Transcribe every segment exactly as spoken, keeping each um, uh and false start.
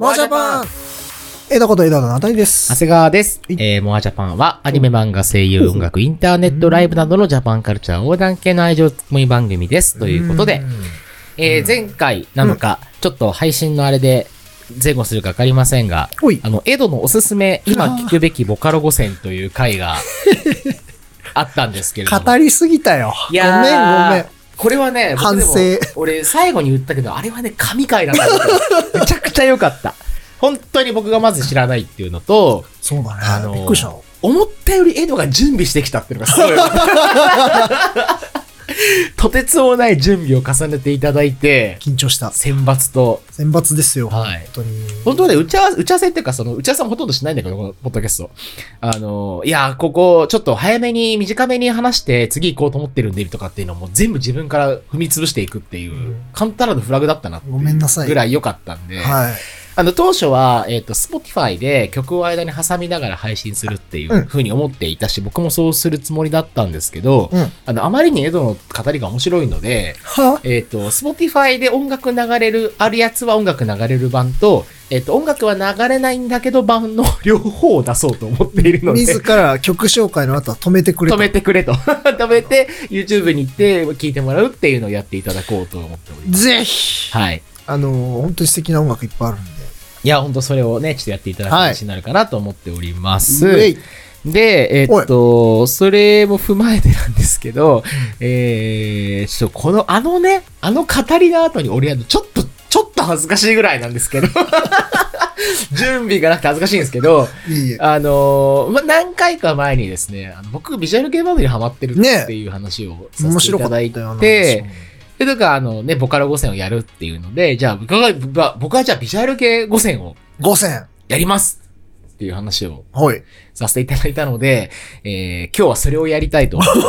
モアジャパン枝こと枝のあたりです。 長谷川です。えー、モアジャパンはアニメ漫画声優音楽インターネットライブなどのジャパンカルチャー横断系の愛情つもり番組です。ということで、えー、前回なのか、ちょっと配信のあれで前後するかわかりませんが、あの、エドのおすすめ、今聞くべきボカロご選という回があったんですけれども。 語りすぎたよ。 いやーごめんごめん。 これはね、 反省。 俺最後に言ったけど、あれはね、神回だった。めちゃくちゃ良かった。本当に僕がまず知らないっていうのと、 そうだね。 あのー、 びっくりした。 思ったよりエドが準備してきたっていうのがすごい。とてつもない準備を重ねていただいて、 緊張した。 選抜と。 選抜ですよ。 はい。 本当に。 本当ね、打ち合わせ、打ち合わせっていうか、その、打ち合わせもほとんどしないんだけど、このポッドキャスト。あの、いや、ここ、ちょっと早めに、短めに話して、次行こうと思ってるんで、とかっていうのも、全部自分から踏み潰していくっていう、うん、簡単なるフラグだったなっていう。 ごめんなさい。 ぐらい良かったんで。 はい。 あの、当初は、えっと、Spotify で曲を間に挟みながら配信するっていう風に思っていたし、うん、僕もそうするつもりだったんですけど、うん、あの、あまりにエドの語りが面白いので、えっと、Spotify で音楽流れる、あるやつは音楽流れる版と、えっと、音楽は流れないんだけど版の両方を出そうと思っているので。 自ら曲紹介の後は止めてくれと。 止めてくれと。止めて、YouTube に行って聴いてもらうっていうのをやっていただこうと思っております。 ぜひはい。 あの、本当に素敵な音楽いっぱいあるんで。 いや、ほんとそれをね、ちょっとやっていただく話になるかなと思っております。 はい、 で、えー、っと、それも踏まえてなんですけど、えー、ちょっとこの、あのね、あの語りの後に俺はちょっと、ちょっと恥ずかしいぐらいなんですけど、準備がなくて恥ずかしいんですけど、 いいあのー、ま、何回か前にですね、あの僕ビジュアル系バンドにハマってるっていう話をさせていただいて、ねで、とか、あのね、ボカロご選をやるっていうので、じゃあ、僕は、僕はじゃあビジュアル系ご選を。 ご選やりますっていう話を。 はい。 させていただいたので、えー、今日はそれをやりたいと思って。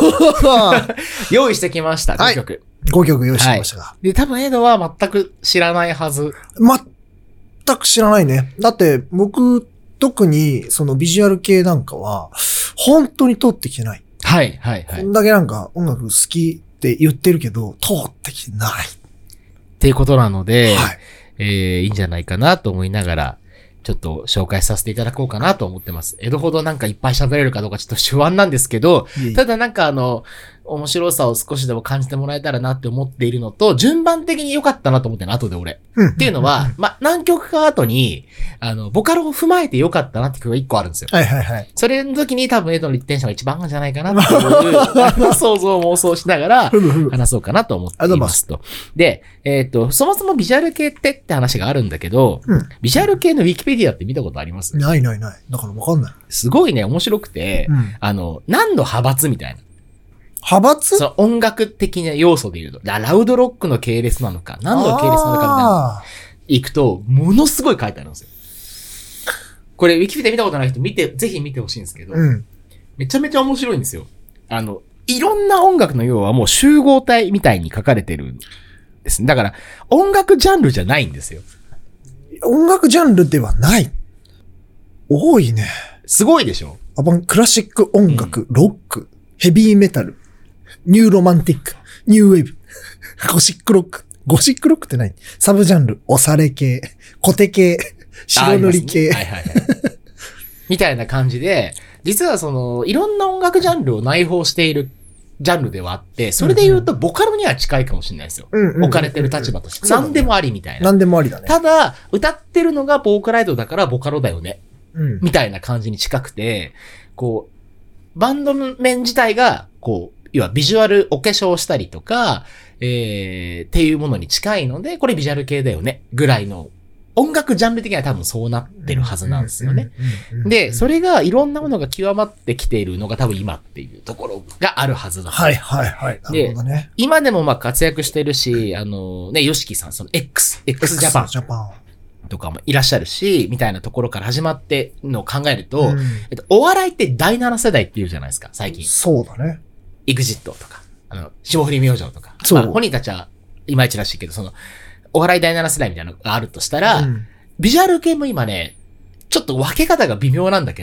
用意してきました、ごきょく。 ごきょく用意してきましたが、 はい。で、多分エドは全く知らないはず。 全く知らないね。だって、僕、特に、そのビジュアル系なんかは、本当に通ってきてない。 はい、はい、はい。 こんだけなんか音楽好きって言ってるけど、通ってきてない。 っていうことなので、 はい、 えー、いいんじゃないかなと思いながら、ちょっと紹介させていただこうかなと思ってます。江戸ほどなんかいっぱい喋れるかどうかちょっと不安なんですけど、いいただなんかあの、面白さを少しでも感じてもらえたらなって思っているのと、順番的に良かったなと思ってるの、後で俺。 うん、 っていうのは、まあ、何曲か後に、あの、ボカロを踏まえて良かったなって曲がいっこあるんですよ。 はいはいはい。 それの時に多分エドのテンションが一番あるんじゃないかなっていう想像妄想しながら話そうかなと思っていますと。で、えっと、そもそもビジュアル系ってって話があるんだけど、うん、ビジュアル系のウィキペディアって見たことあります？ ないないない。だからわかんない。 すごいね、面白くて、うん、あの、何の派閥みたいな。 派閥？ その音楽的な要素で言うと、ラウドロックの系列なのか、何の系列なのかみたいな。行くと、ものすごい書いてあるんですよ。これ、ウィキペディア見たことない人見て、ぜひ見てほしいんですけど、うん、めちゃめちゃ面白いんですよ。あの、いろんな音楽の要はもう集合体みたいに書かれてるんですね。だから、音楽ジャンルじゃないんですよ。 音楽ジャンルではない。多いね。 すごいでしょ？ アバン、クラシック音楽、うん、ロック、ヘビーメタル、ニューロマンティック、ニューウェーブ、ゴシックロック。ゴシックロックって何？サブジャンル、おされ系、コテ系、白塗り系。 ね、はいはいはい。みたいな感じで、実はその、いろんな音楽ジャンルを内包しているジャンルではあって、それで言うとボカロには近いかもしれないですよ。うんうん、置かれてる立場として。何でもありみたいな。 何でもありだね。 ただ、歌ってるのがボーカライドだからボカロだよね。 うん、 みたいな感じに近くて、こう、バンド面自体が、こう、要はビジュアルお化粧したりとか、えー、っていうものに近いので、これビジュアル系だよね、ぐらいの、音楽ジャンル的には多分そうなってるはずなんですよね。で、それがいろんなものが極まってきているのが多分今っていうところがあるはずだ。 はいはいはい。なるほどね。 今でもまあ活躍してるし、あのね、ヨシキさん、その X、X ジャパン。 ジャパン。 とかもいらっしゃるし、みたいなところから始まってのを考えると、うん、えっと、お笑いってだいなな世代っていうじゃないですか、最近。 そうだね。 エグジットとか、あの、霜降り明星とか。 そう。 まあ、本人たちはいまいちらしいけど、その、お笑いだいなな世代みたいなのがあるとしたら、うん、ビジュアル系も今ね、ちょっと分け方が微妙なんだけど、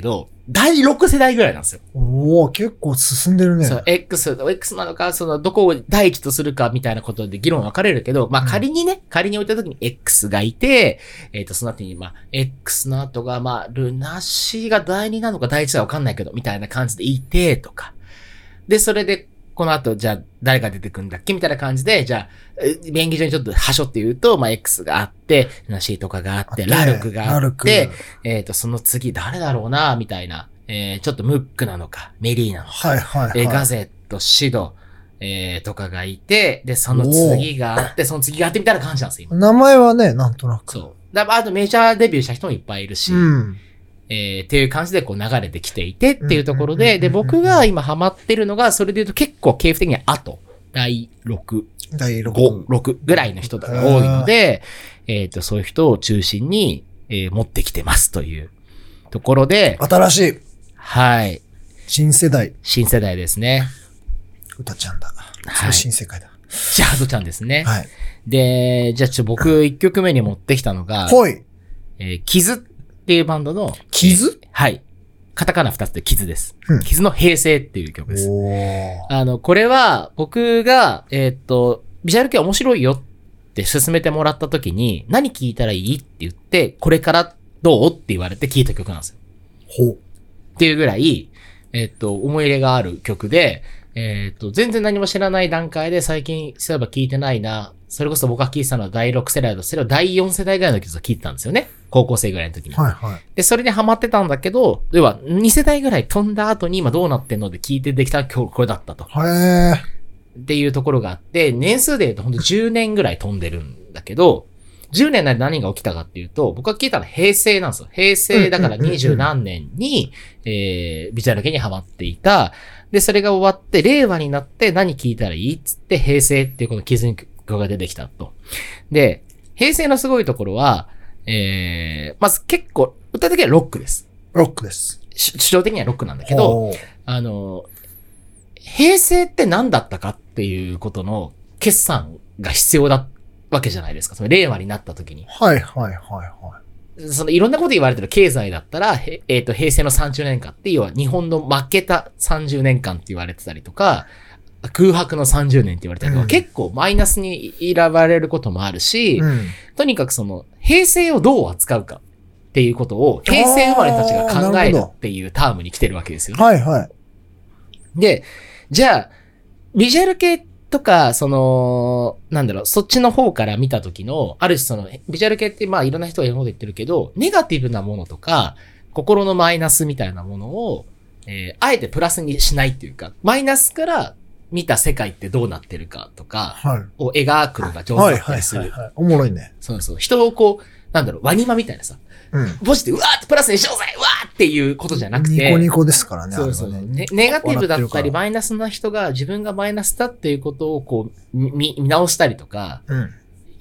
だいろく世代ぐらいなんですよ。 おー、結構進んでるね。 そう、X、X なのか、その、どこを第一とするかみたいなことで議論分かれるけど、まあ、仮にね、うん、仮に置いたときに X がいて、えっ、ー、と、その後に、まあ、X の後が、まあ、ルナシーがだいになのかだいいちか分かんないけど、みたいな感じでいて、とか。で、それで、この後、じゃあ、誰が出てくるんだっけみたいな感じで、じゃあ、便宜上にちょっと端折って言うと、まあ、X があって、ルナシーとかがあって、ラルクがあって、えっ、ー、と、その次誰だろうな、みたいな。えー、ちょっとムックなのか、メリーなのか、 はいはいはい、 えー、ガゼット、シド、えー、とかがいて、で、その次があって、その次があってみたいな感じなんですよ、今。 名前はね、なんとなく。 そう。だあとメジャーデビューした人もいっぱいいるし、 うん、 えー、っていう感じでこう流れてきていてっていうところで、で、僕が今ハマってるのが、それで言うと結構系譜的には後、だいろく、 だいろく、 ご、ろくぐらいの人が多いので、えっと、そういう人を中心に、えー、持ってきてますというところで、 新しい。 はい。 新世代。 新世代ですね。 歌ちゃんだ。それ新世界だ。 ジャードちゃんですね。 はい。 で、じゃあちょっと僕一曲目に持ってきたのが、 はい。 えー、キズっていうバンドの、 キズ、 えー、はい。カタカナ二つでキズです。 うん、 キズの平成っていう曲です。 おあの、これは僕が、えー、っと、ビジュアル系面白いよって勧めてもらった時に、何聴いたらいいって言って、これからどうって言われて聴いた曲なんですよ。 ほう。 っていうぐらい、えっと、思い入れがある曲で、えっと、全然何も知らない段階で最近、そういえば聴いてないな。それこそ僕が聴いてたのはだいろく世代だと、それをだいよん世代ぐらいの曲を聴いてたんですよね。高校生ぐらいの時に。 はいはい。 で、それでハマってたんだけど、要はに世代ぐらい飛んだ後に今どうなってんので聴いてできた曲これだったと。 へー。 っていうところがあって、年数で言うとほんとじゅうねんぐらい飛んでるんだけど、じゅうねん内で何が起きたかっていうと、僕が聞いたのは平成なんですよ。平成だから二十何年に、えー、ビジュアル系にハマっていた。で、それが終わって、令和になって何聞いたらいいっつって、平成っていうこのキズに曲が出てきたと。で、平成のすごいところは、えー、まず結構、歌的にはロックです。 ロックです。 主張的にはロックなんだけど、あの、平成って何だったかっていうことの決算が必要だったわけじゃないですか。その令和になった時に。 はいはいはいはい。 そのいろんなこと言われてる経済だったら、えっと、平成のさんじゅうねんかんって、要は日本の負けたさんじゅうねんかんって言われてたりとか、空白のさんじゅうねんって言われたりとか、うん、結構マイナスに選ばれることもあるし、うん、とにかくその、平成をどう扱うかっていうことを、平成生まれたちが考えるっていうタームに来てるわけですよね。 はいはい。 で、じゃあ、ビジュアル系とか、その、なんだろう、そっちの方から見た時の、ある種その、ビジュアル系ってまあいろんな人がいろんなこと言ってるけど、ネガティブなものとか、心のマイナスみたいなものを、えー、あえてプラスにしないっていうか、マイナスから見た世界ってどうなってるかとか、を描くのが上手だったりする。はいはいはいはい。 おもろいね。 そうそう。人をこう、なんだろう、ワニマみたいなさ、うん、ポジティブ、うわーってプラスにしようぜうわーっていうことじゃなくて。 ニコニコですからね。 そうそう、ねね。ネガティブだったり、マイナスな人が自分がマイナスだっていうことをこう、見、見直したりとか、うん、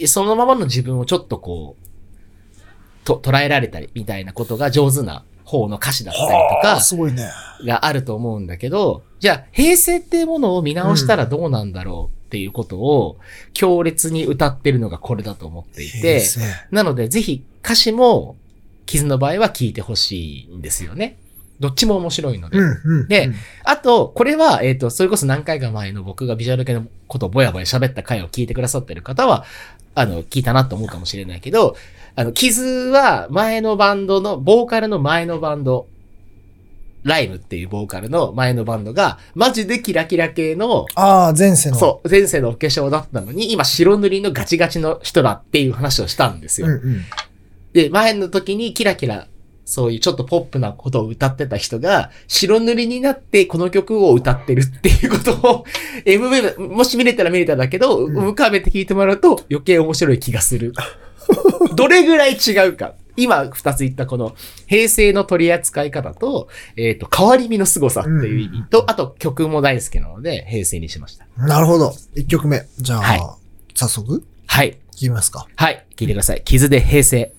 そのままの自分をちょっとこう、と、捉えられたりみたいなことが上手な方の歌詞だったりとか、 すごいね。 があると思うんだけど、じゃあ、平成っていうものを見直したらどうなんだろうっていうことを、強烈に歌ってるのがこれだと思っていて、なので、ぜひ歌詞も、キズの場合は聞いてほしいんですよね。どっちも面白いので。 うんうんうん、 で、あと、これは、えっと、それこそ何回か前の僕がビジュアル系のことをぼやぼや喋った回を聞いてくださってる方は、あの、聞いたなと思うかもしれないけど、あの、キズは前のバンドの、ボーカルの前のバンド、ライムっていうボーカルの前のバンドが、マジでキラキラ系の、 ああ、前世の。 そう、前世のお化粧だったのに、今白塗りのガチガチの人だっていう話をしたんですよ。 うんうんで、前の時にキラキラ、そういうちょっとポップなことを歌ってた人が、白塗りになってこの曲を歌ってるっていうことを、エムブイ、もし見れたら見れたんだけど、うん、浮かべて聞いてもらうと余計面白い気がする。どれぐらい違うか。今二つ言ったこの平成の取り扱い方と、えっと、変わり身の凄さっていう意味と、うん、あと曲も大好きなので平成にしました。 なるほど。一曲目。じゃあ、はい、早速はい。 聞きますか。 はい。聞いてください。傷で平成。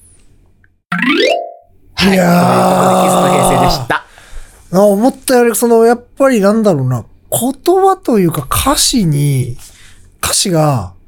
はい。いやー。 傷の平成でした。 あ、思ったより、その、やっぱりなんだろうな、言葉というか歌詞に、歌詞が、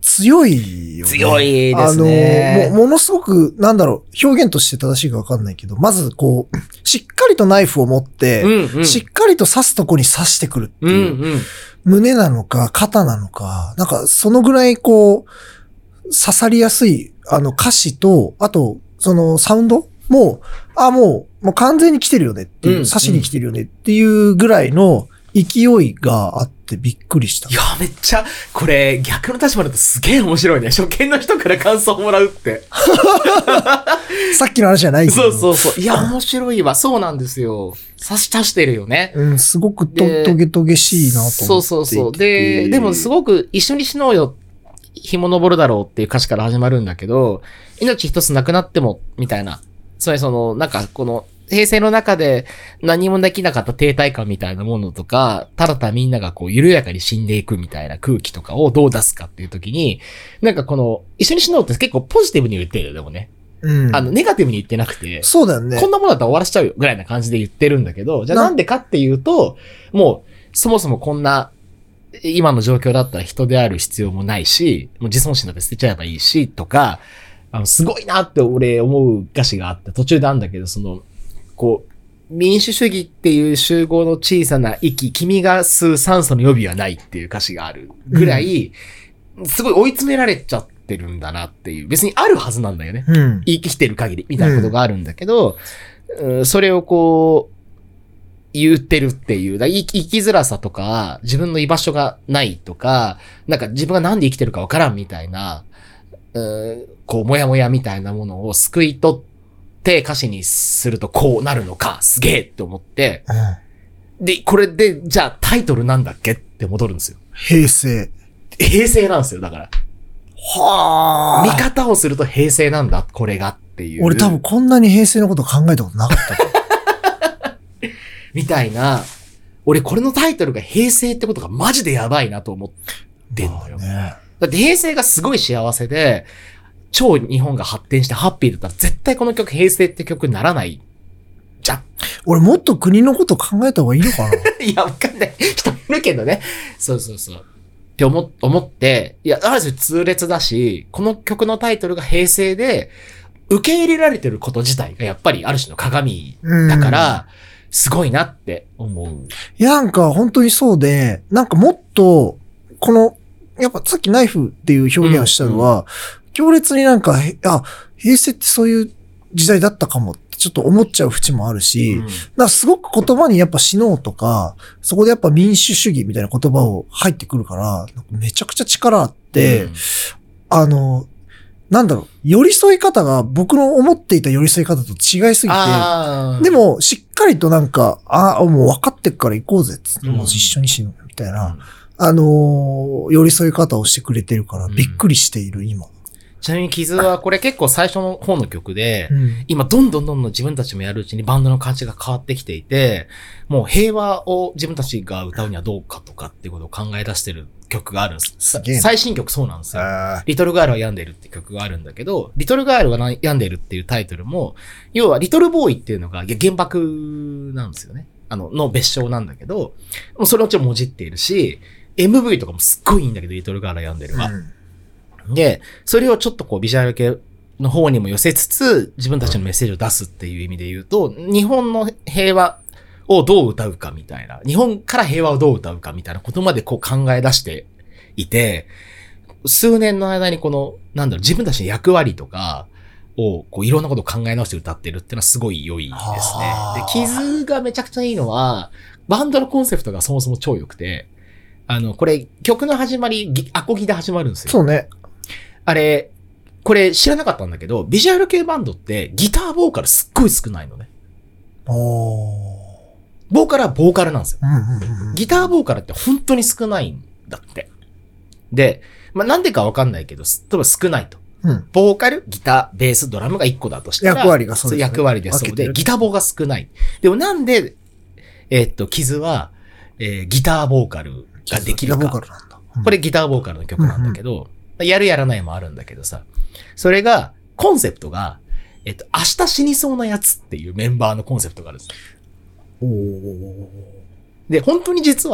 強いよね。 強いですね。 あの、も、ものすごく、なんだろう、表現として正しいかわかんないけど、まずこう、しっかりとナイフを持って、 うんうん、 しっかりと刺すとこに刺してくるっていう、 うんうん、 胸なのか、肩なのか、なんかそのぐらいこう、刺さりやすい、あの歌詞と、あと、そのサウンドも、あ、もう、もう完全に来てるよねっていう、 うん、 刺しに来てるよねっていうぐらいの勢いがあってびっくりした。 いや、めっちゃ、これ逆の立場だとすげえ面白いね。初見の人から感想をもらうって。 さっきの話じゃないけど。 そうそうそう。いや、面白いわ。そうなんですよ。刺し足してるよね。 うん、すごくと、トゲトゲしいなと思って。 そうそうそう。で、でもすごく一緒に死のうよ。日も昇るだろうっていう歌詞から始まるんだけど、命一つなくなっても、みたいな。つまりその、なんかこの、平成の中で何もできなかった停滞感みたいなものとか、ただただみんながこう緩やかに死んでいくみたいな空気とかをどう出すかっていう時に、なんかこの、一緒に死のうって結構ポジティブに言ってるよ、でもね。 うん。 あの、ネガティブに言ってなくて。 そうだよね。 こんなものだったら終わらせちゃうよ、ぐらいな感じで言ってるんだけど、じゃあなんでかっていうと、もう、そもそもこんな、今の状況だったら人である必要もないし、もう自尊心だって捨てちゃえばいいし、とか、あの、すごいなって俺思う歌詞があって、途中であるんだけど、その、こう、民主主義っていう集合の小さな息、君が吸う酸素の予備はないっていう歌詞があるぐらい、うん、すごい追い詰められちゃってるんだなっていう、別にあるはずなんだよね。うん、生きてる限り、みたいなことがあるんだけど、うん、それをこう、言ってるっていう、だ生き、生きづらさとか、自分の居場所がないとか、なんか自分がなんで生きてるかわからんみたいな、うん、こう、もやもやみたいなものを救い取って歌詞にするとこうなるのか、すげえって思って、うん、で、これで、じゃあタイトルなんだっけって戻るんですよ。 平成。 平成なんですよ、だから。 はあ。見方をすると平成なんだ、これがっていう。 俺多分こんなに平成のこと考えたことなかった。 みたいな、俺これのタイトルが平成ってことがマジでやばいなと思ってんのよ。ね、だって平成がすごい幸せで、超日本が発展してハッピーだったら絶対この曲平成って曲にならないじゃん。 俺もっと国のこと考えた方がいいのかないや、わかんない。人いるけどね。そうそうそう。って思、思って、いや、ある種痛烈だし、この曲のタイトルが平成で、受け入れられてること自体がやっぱりある種の鏡だから、すごいなって思う。 いや、なんか本当にそうで、なんかもっと、この、やっぱさっきナイフっていう表現をしたのは、うんうん、強烈になんか、あ、平成ってそういう時代だったかもってちょっと思っちゃう節もあるし、うん、だからすごく言葉にやっぱ死のうとか、そこでやっぱ民主主義みたいな言葉を入ってくるから、なんかめちゃくちゃ力あって、うん、あの、なんだろう、寄り添い方が僕の思っていた寄り添い方と違いすぎて、でもしっかりとなんか、ああ、もう分かってっから行こうぜっつって、うん、もう一緒に死のうみたいな、うん、あのー、寄り添い方をしてくれてるからびっくりしている、今。 ちなみに傷はこれ結構最初の方の曲で、うん、今どんどんどんどん自分たちもやるうちにバンドの感じが変わってきていて、もう平和を自分たちが歌うにはどうかとかっていうことを考え出してる曲があるんです。 すげえ最新曲そうなんですよ。リトルガールは病んでるって曲があるんだけど、リトルガールは病んでるっていうタイトルも、要はリトルボーイっていうのが原爆なんですよね。あの、の別称なんだけど、もうそれをちょっともじっているし、エムブイ とかもすっごいいいんだけど、リトルガールは病んでるは。うんで、それをちょっとこうビジュアル系の方にも寄せつつ、自分たちのメッセージを出すっていう意味で言うと、日本の平和をどう歌うかみたいな、日本から平和をどう歌うかみたいなことまでこう考え出していて、数年の間にこの、なんだろう、自分たちの役割とかをこういろんなことを考え直して歌ってるっていうのはすごい良いですね。で、傷がめちゃくちゃいいのは、バンドのコンセプトがそもそも超良くて、あの、これ曲の始まり、アコギで始まるんですよ。 そうね。 あれ、これ知らなかったんだけど、ビジュアル系バンドってギターボーカルすっごい少ないのね。 おー。 ボーカルはボーカルなんですよ。 うんうんうん、 ギターボーカルって本当に少ないんだって。で、まあ、なんでかわかんないけど、例えば少ないと。 うん、 ボーカル、ギター、ベース、ドラムがいっこだとしたら。 役割がそうです、ね。 役割でそうで、ギターボーが少ない。でもなんで、えー、っと、傷は、えー、ギターボーカルができるか。 ギターボーカルなんだ。 うん、これギターボーカルの曲なんだけど、うんうんやるやらないもあるんだけどさ。それが、コンセプトが、えっと、明日死にそうなやつっていうメンバーのコンセプトがあるんです。 おー。 で、本当に実は、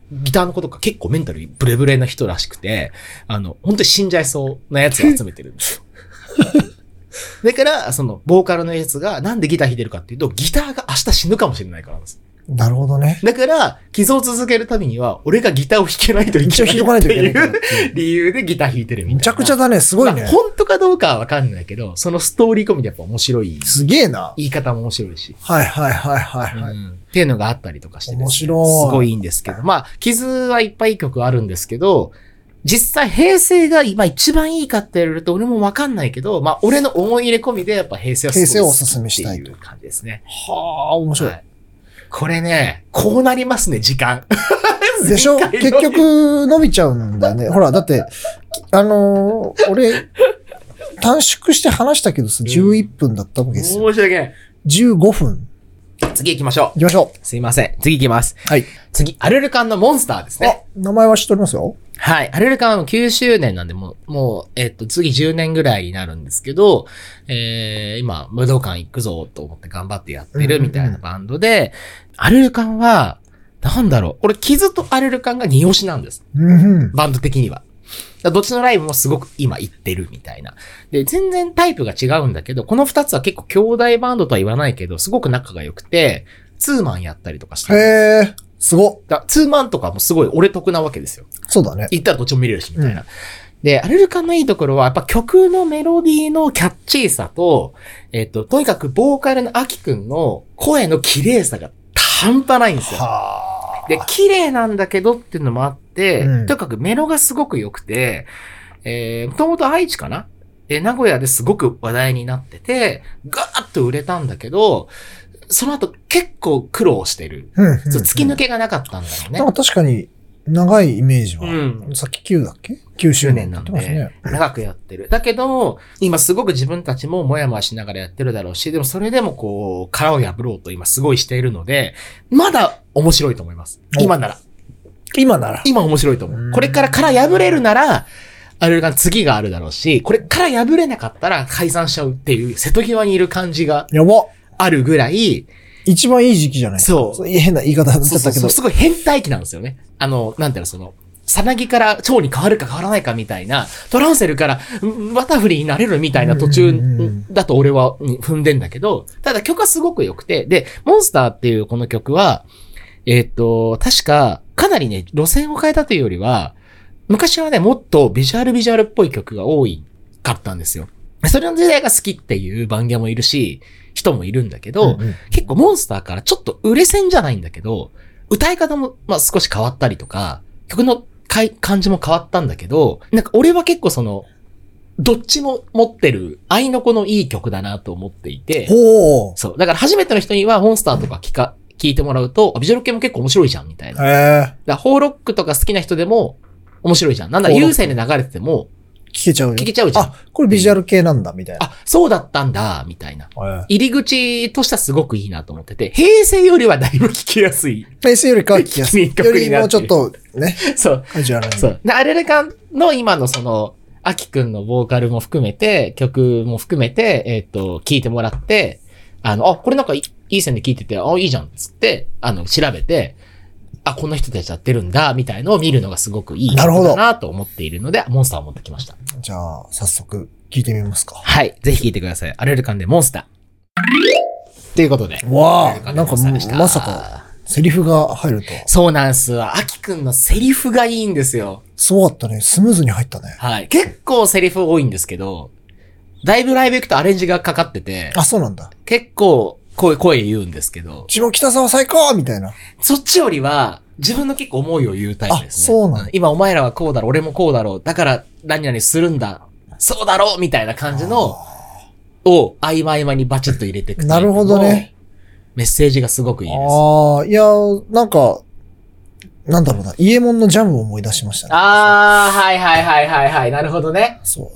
ギターの子とか結構メンタルブレブレな人らしくて、あの、本当に死んじゃいそうなやつを集めてるんですよ。だから、その、ボーカルのやつがなんでギター弾いてるかっていうと、ギターが明日死ぬかもしれないからなんです。 なるほどね。 だから、傷を続けるためには、俺がギターを弾けないといけない。 一応弾かないといけないからっていう理由でギター弾いてるみたいな。 めちゃくちゃだね、すごいね。 まあ本当かどうかはわかんないけど、そのストーリー込みでやっぱ面白い。 すげえな。 言い方も面白いし。 はいはいはいはい、はいうん。っていうのがあったりとかして、ね、 面白い。 すごいいいんですけど。まあ、傷はいっぱいいい曲あるんですけど、実際平成が今一番いいかって言われると俺もわかんないけど、まあ俺の思い入れ込みでやっぱ平成はすごい平成をおすすめしたいという感じですね。 はあ、面白い。はい、 これね、こうなりますね、時間。 でしょ結局伸びちゃうんだよね。ほら、だって、あのー、俺、短縮して話したけどさ、じゅういっぷんだったわけですよ。 申し訳ない。 じゅうごふん。 次行きましょう。 行きましょう。 すいません。次行きます。 はい。 次、アルルカンのモンスターですね。 あ、名前は知っておりますよ。 はい。アルルカンはきゅうしゅうねんなんで、もう、もう、えっと、次じゅうねんぐらいになるんですけど、えー、今、武道館行くぞと思って頑張ってやってるみたいなバンドで、アルルカンは、なんだろう。俺、傷とアルルカンが二押しなんです。 うん、 バンド的には。どっちのライブもすごく今行ってるみたいな。で、全然タイプが違うんだけど、この二つは結構兄弟バンドとは言わないけど、すごく仲が良くて、ツーマンやったりとかしてる。 へー、すごっ。 だツーマンとかもすごい俺得なわけですよ。 そうだね。 行ったらどっちも見れるし、みたいな。うん、で、アルルカンのいいところは、やっぱ曲のメロディーのキャッチーさと、えっと、とにかくボーカルのアキくんの声の綺麗さが半端ないんですよ。 はで、綺麗なんだけどっていうのもあって、 うん、 とにかくメロがすごく良くて、えー、もともと愛知かなで、名古屋ですごく話題になってて、ガーッと売れたんだけど、その後結構苦労してる。 うんうんうん、 そう突き抜けがなかったんだろうね。 なんか確かに長いイメージは。 うん、 さっききゅうだっけ ?きゅう 周年なんで、ね、 長くやってる。だけど、今すごく自分たちももやもやしながらやってるだろうし、でもそれでもこう、殻を破ろうと今すごいしているので、まだ面白いと思います。今なら。 今なら。 今面白いと思う。これから殻破れるなら、あれが次があるだろうし、これから破れなかったら解散しちゃうっていう瀬戸際にいる感じがあるぐらい、 一番いい時期じゃないですか。 そう。 変な言い方だったけど。 そうそうそう。すごい変態期なんですよね。あの、なんていうの、その、さなぎから蝶に変わるか変わらないかみたいな、トランセルからワタフリーになれるみたいな途中だと俺は踏んでんだけど、ただ曲はすごく良くて、で、モンスターっていうこの曲は、えっと、確か、かなりね、路線を変えたというよりは、昔はね、もっとビジュアルビジュアルっぽい曲が多いかったんですよ。それの時代が好きっていうバンギャもいるし、人もいるんだけど、うんうん、結構モンスターからちょっと売れ線じゃないんだけど、歌い方もまあ少し変わったりとか、曲の感じも変わったんだけど、なんか俺は結構その、どっちも持ってる愛の子のいい曲だなと思っていて、 ほう。 そう。だから初めての人にはモンスターとか聞か、聞いてもらうと、ビジュアル系も結構面白いじゃんみたいな。 へー。だからホーロックとか好きな人でも面白いじゃん。なんだ、有線で流れてても、 聞けちゃうよ。 聞けちゃうじゃん。 あ、これビジュアル系なんだ、みたいな。 あ、そうだったんだ、みたいな。入り口としてはすごくいいなと思ってて、平成よりはだいぶ聞きやすい。 平成よりかは聞きやすい。よりもちょっとね。 そう。 カジュアルに。 そう。で、アレレカンの今のその、アキくんのボーカルも含めて、曲も含めて、えっと、聞いてもらって、あの、あ、これなんかいい線で聞いてて、あ、いいじゃん、つって、あの、調べて、あ、この人たちやってるんだ、みたいのを見るのがすごくいい曲だなと思っているので、モンスターを持ってきました。 じゃあ、早速、聞いてみますか。 はい。ぜひ聞いてください。アレルカンでモンスター。っていうことで。 わあ、なんかまさか、セリフが入ると。 そうなんすわ。アキくんのセリフがいいんですよ。 そうだったね。スムーズに入ったね。 はい。結構セリフ多いんですけど、だいぶライブ行くとアレンジがかかってて。 あ、そうなんだ。 結構、声、声言うんですけど。 下北沢最高みたいな。 そっちよりは、自分の結構思いを言うタイプですね。あ、そうなんだ。 今お前らはこうだろ、俺もこうだろう。だから何々するんだ。そうだろうみたいな感じの、を合間合間にバチッと入れていくタイプの。 なるほどね。 メッセージがすごくいいです。 ああ、いや、なんか、なんだろうな。イエモンのジャムを思い出しましたね。 ああ、はいはいはいはいはい。なるほどね。 そう。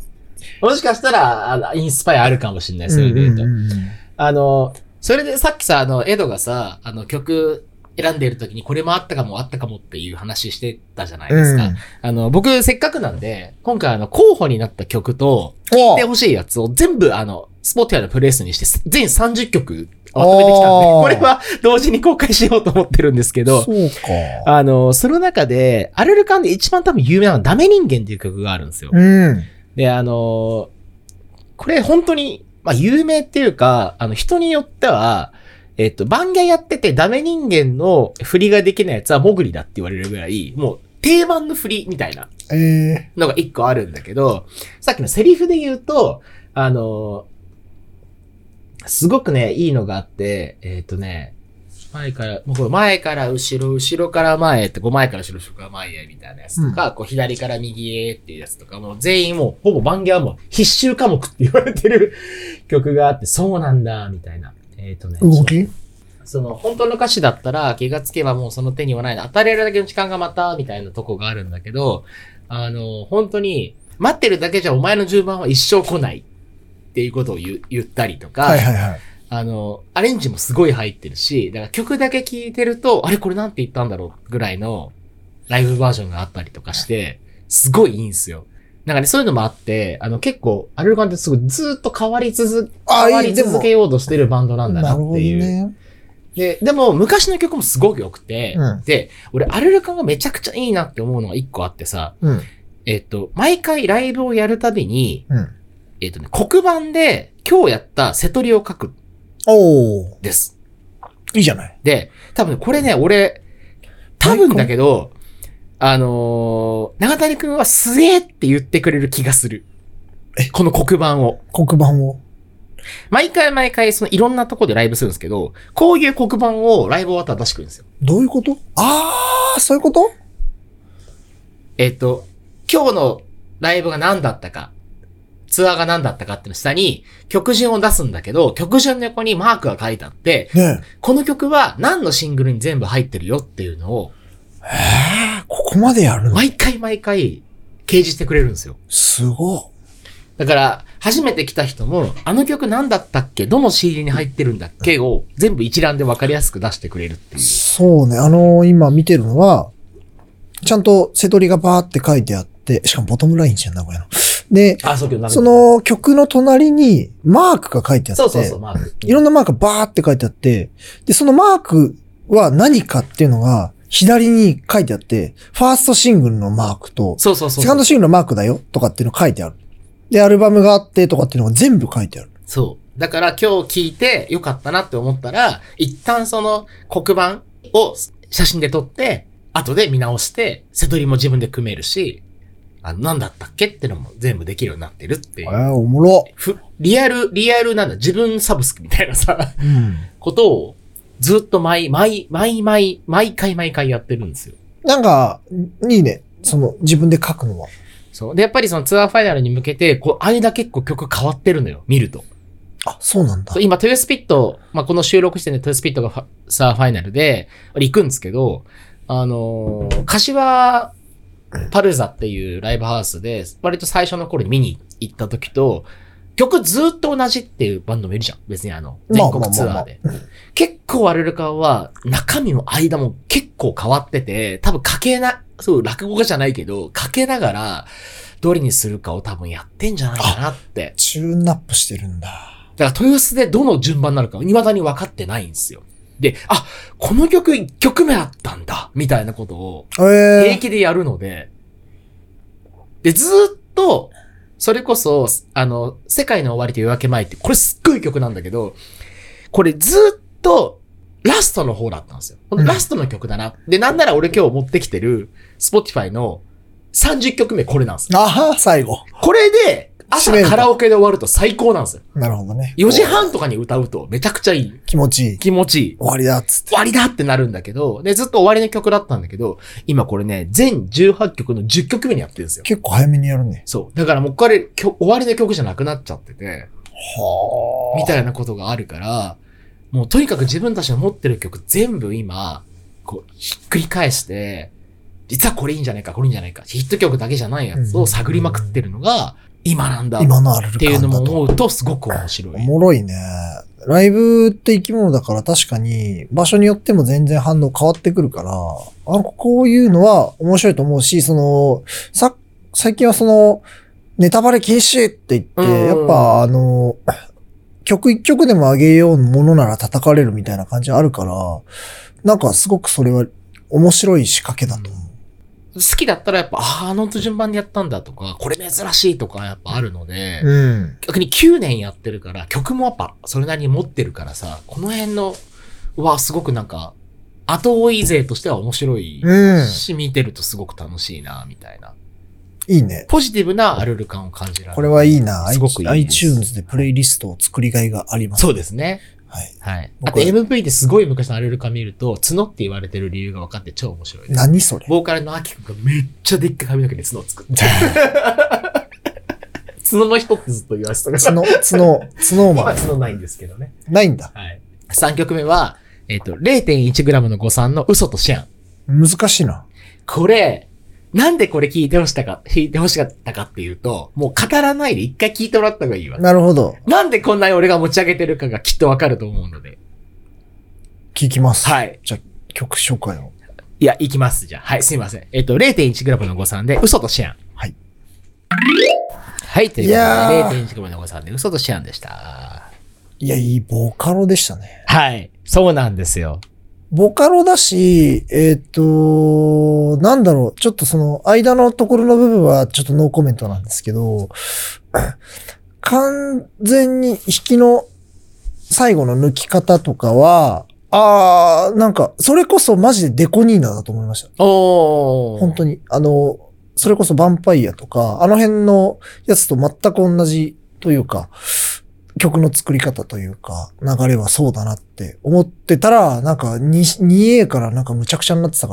もしかしたら、インスパイアあるかもしれない。それで言うと。あの、それでさっきさ、あの、エドがさ、あの曲選んでいる時にこれもあったかもあったかもっていう話してたじゃないですか。うん、あの、僕せっかくなんで、今回あの、候補になった曲と、聴いてほしいやつを全部あの、 Spotify のプレイリストにして、全さんじゅっきょくまとめてきたんで、これは同時に公開しようと思ってるんですけど、 そうか。 あの、その中で、アルルカンで一番多分有名なのはダメ人間っていう曲があるんですよ。 うん。 で、あの、これ本当に、まあ有名っていうか、あの人によっては、えっと、番屋やっててダメ人間の振りができないやつはモグリだって言われるぐらい、もう定番の振りみたいなのが一個あるんだけど、えー、さっきのセリフで言うと、あの、すごくね、いいのがあって、えっとね、前から、もうこれ前から後ろ、後ろから前って、こう前から後ろ、後ろから前へみたいなやつとか、うん、こう左から右へっていうやつとか、もう全員もう、ほぼ番屋はもう必修科目って言われてる曲があって、そうなんだ、みたいな。えっとね。 動きその、本当の歌詞だったら、気がつけばもうその手にはないの。当たれるだけの時間がまた、みたいなとこがあるんだけど、あの、本当に、待ってるだけじゃお前の順番は一生来ないっていうことを 言, 言ったりとか、 はいはいはい。 あの、アレンジもすごい入ってるし、だから曲だけ聴いてると、あれこれなんて言ったんだろうぐらいのライブバージョンがあったりとかして、すごいいいんですよ。なんかね、そういうのもあって、あの結構、アルルカンってすごいずっと変わり続、変わり続けようとしてるバンドなんだなっていう。なるほどね。で、でも昔の曲もすごく良くて、うん、で、俺アルルカンがめちゃくちゃいいなって思うのが一個あってさ、うん、えっと、毎回ライブをやるたびに、うん、えっとね、黒板で今日やったセトリを書く。 おー。 です。 いいじゃない。 で、多分これね、俺、多分だけど、あのー、長谷くんはすげーって言ってくれる気がする。えこの黒板を。 黒板を毎回毎回そのいろんなとこでライブするんですけど、こういう黒板をライブ終わったら出してくるんですよ。 どういうこと？あー、そういうこと？ えっと、今日のライブが何だったか。ツアーが何だったかっていうの下に曲順を出すんだけど、曲順の横にマークが書いてあって、ね、この曲は何のシングルに全部入ってるよっていうのを、 へー、ここまでやるの？ 毎回毎回掲示してくれるんですよ。 すごい。 だから、初めて来た人も、あの曲何だったっけ？どの シーディー に入ってるんだっけを全部一覧で分かりやすく出してくれるっていう。 そうね。あのー、今見てるのは、ちゃんとセトリがバーって書いてあって、しかもボトムラインじゃん、名古屋の。で、 あ、そう、 その曲の隣にマークが書いてあって、 そうそうそう、マーク。 いろんなマークがバーって書いてあって、で、そのマークは何かっていうのが、左に書いてあって、ファーストシングルのマークと、 そうそうそう。 セカンドシングルのマークだよとかっていうの書いてある。で、アルバムがあってとかっていうのが全部書いてある。 そう。だから今日聞いてよかったなって思ったら、一旦その黒板を写真で撮って、後で見直して、セトリも自分で組めるし、あの、何だったっけってのも全部できるようになってるっていう。 えー、おもろ。 ふ、リアル、リアルなんだ、自分サブスクみたいなさ、うん、ことをずっと毎、毎、毎、毎、毎回毎回やってるんですよ。 なんか、いいね。その、自分で書くのは。 そう。で、やっぱりそのツアーファイナルに向けて、こう、間結構曲変わってるのよ、見ると。 あ、そうなんだ。 今、トゥースピット、まあ、この収録してね、トゥースピットがさあファイナルで、行くんですけど、あのー、柏パルザっていうライブハウスで、割と最初の頃に見に行った時と、曲ずっと同じっていうバンドもいるじゃん。別にあの、全国ツアーで。結構アルルカは、中身の間も結構変わってて、多分かけな、そう、落語家じゃないけど、かけながら、どれにするかを多分やってんじゃないかなって。 チューンアップしてるんだ。 だから豊洲でどの順番になるか未だに分かってないんですよ。で、あ、この曲いっきょくめだったんだみたいなことを平気でやるので、で、ずーっと、それこそ、あの、世界の終わりと夜明け前って、これすっごい曲なんだけど、これずーっとラストの方だったんですよ。このラストの曲だな。うん、で、なんなら俺今日持ってきてる Spotify のさんじゅっきょくめこれなんですよ。 ああ、最後。 これで、朝カラオケで終わると最高なんですよ。 なるほどね。 よじはんとかに歌うとめちゃくちゃいい。 気持ちいい。 気持ちいい。 終わりだっつって。 終わりだってなるんだけど、で、ずっと終わりの曲だったんだけど、今これね、全じゅうはちきょくのじゅっきょくめにやってるんですよ。 結構早めにやるね。 そう。だからもうこれ、終わりの曲じゃなくなっちゃってて、はあ。 みたいなことがあるから、もうとにかく自分たちの持ってる曲全部今、こう、ひっくり返して、実はこれいいんじゃないか、これいいんじゃないか、ヒット曲だけじゃないやつを探りまくってるのが、今なんだ。 今のアルルカンだと。 っていうのも思うとすごく面白い。 おもろいね。ライブって生き物だから確かに場所によっても全然反応変わってくるから、あの、こういうのは面白いと思うし、その、さ、最近はその、ネタバレ禁止って言って、やっぱあの、 曲一曲でも上げようものなら叩かれるみたいな感じあるから、なんかすごくそれは面白い仕掛けだと思う。 好きだったらやっぱ、ああ、あの順番でやったんだとか、これ珍しいとかやっぱあるので、 うん、 逆にきゅうねんやってるから、曲もやっぱそれなりに持ってるからさ、この辺の、はすごくなんか、後追い勢としては面白いし、うん、見てるとすごく楽しいな、みたいな。 いいね。 ポジティブなアルル感を感じられる。 これはいいな。 すごくいい。 iTunes でプレイリストを作りがいがあります、 ね。そうですね。 はい。 はい。あと エムブイ ですごい昔のアルルカ見ると、角って言われてる理由が分かって超面白いです。 何それ？ ボーカルのアキ君がめっちゃでっかい髪の毛で角を作って。角の人ってずっと言わせてたから。 角、角、角マン。 今角ないんですけどね。 ないんだ。 はい。さんきょくめは、えっと、れいてんいちグラム の誤算の嘘とシアン。 難しいな。 これ、なんでこれ聞いてほしかったか、聞いてほしかったかっていうと、もう語らないで一回聞いてもらった方がいいわ。 なるほど。 なんでこんなに俺が持ち上げてるかがきっとわかると思うので。 聞きます。 はい。 じゃあ、曲紹介を。 いや、行きます。じゃあ。はい、すいません。えっと、れいてんいちグラム の誤算で嘘とシアン。 はい。 はい、ということで、れいてんいちグラム の誤算で嘘とシアンでした。 いや、いいボーカロでしたね。 はい。そうなんですよ。 ボカロだし、えっと、なんだろう、ちょっとその間のところの部分はちょっとノーコメントなんですけど、完全に弾きの最後の抜き方とかは、あー、なんか、それこそマジでデコニーナだと思いました。 おー。 本当に。あの、それこそヴァンパイアとか、あの辺のやつと全く同じというか、曲の作り方というか、流れはそうだなって思ってたら、なんか にエー からなんかむちゃくちゃになってたから。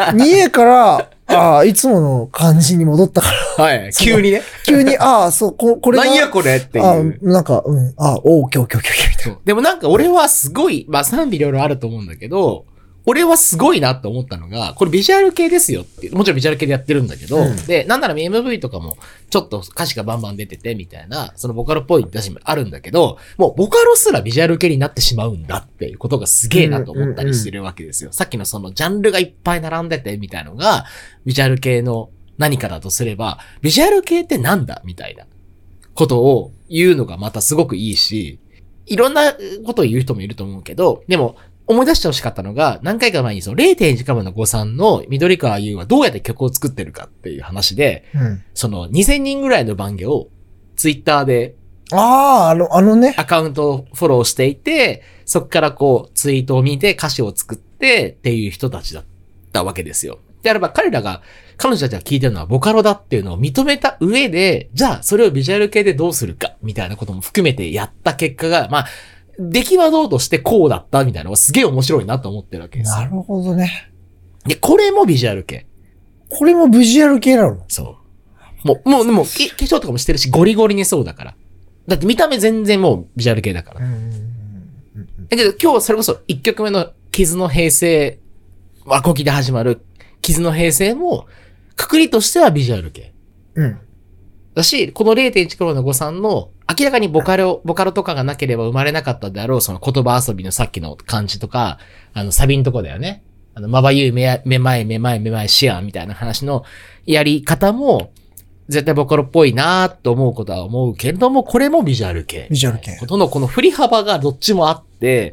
にエー から、ああ、いつもの感じに戻ったから。はい。急にね。 急に、ああ、そう、ここれが。 何やこれっていう。 あなんか、うん、ああ、おー、きょうきょうきょうきょうみたいな。 でもなんか俺はすごい、まあ賛否いろいろあると思うんだけど、俺はすごいなって思ったのが、これビジュアル系ですよって、もちろんビジュアル系でやってるんだけど、うん、で、なんなら エムブイ とかもちょっと歌詞がバンバン出ててみたいな、そのボカロっぽい出しもあるんだけど、もうボカロすらビジュアル系になってしまうんだっていうことがすげえなと思ったりしてるわけですよ。うんうんうん、さっきのそのジャンルがいっぱい並んでてみたいなのが、ビジュアル系の何かだとすれば、ビジュアル系ってなんだみたいなことを言うのがまたすごくいいし、いろんなことを言う人もいると思うけど、でも、思い出してほしかったのが、何回か前にその れいてんいちグラム の誤算の緑川優はどうやって曲を作ってるかっていう話で、うん、そのにせんにんぐらいの番組をツイッターで、 ああ、あの、あのね。 アカウントをフォローしていて、そこからこうツイートを見て歌詞を作ってっていう人たちだったわけですよ。であれば彼らが、彼女たちが聞いてるのはボカロだっていうのを認めた上で、じゃあそれをビジュアル系でどうするかみたいなことも含めてやった結果が、まあ、出来はどうとしてこうだったみたいなのがすげえ面白いなと思ってるわけですよ。 なるほどね。 で、これもビジュアル系。 これもビジュアル系なの？ そう。もう、もう、でも、化粧とかもしてるし、ゴリゴリにそうだから。だって見た目全然もうビジュアル系だから。だけど今日それこそいっきょくめの傷の平成、アコギで始まる傷の平成も、くくりとしてはビジュアル系。 うん。 だし、この れいてんいちグラム の誤算の明らかにボカロ、ボカロとかがなければ生まれなかったであろう、その言葉遊びのさっきの感じとか、あの、サビのとこだよね。あの、まばゆい目、目前、目前、目前、視野みたいな話のやり方も、絶対ボカロっぽいなと思うことは思うけれども、これもビジュアル系。 ビジュアル系。 ことのこの振り幅がどっちもあって、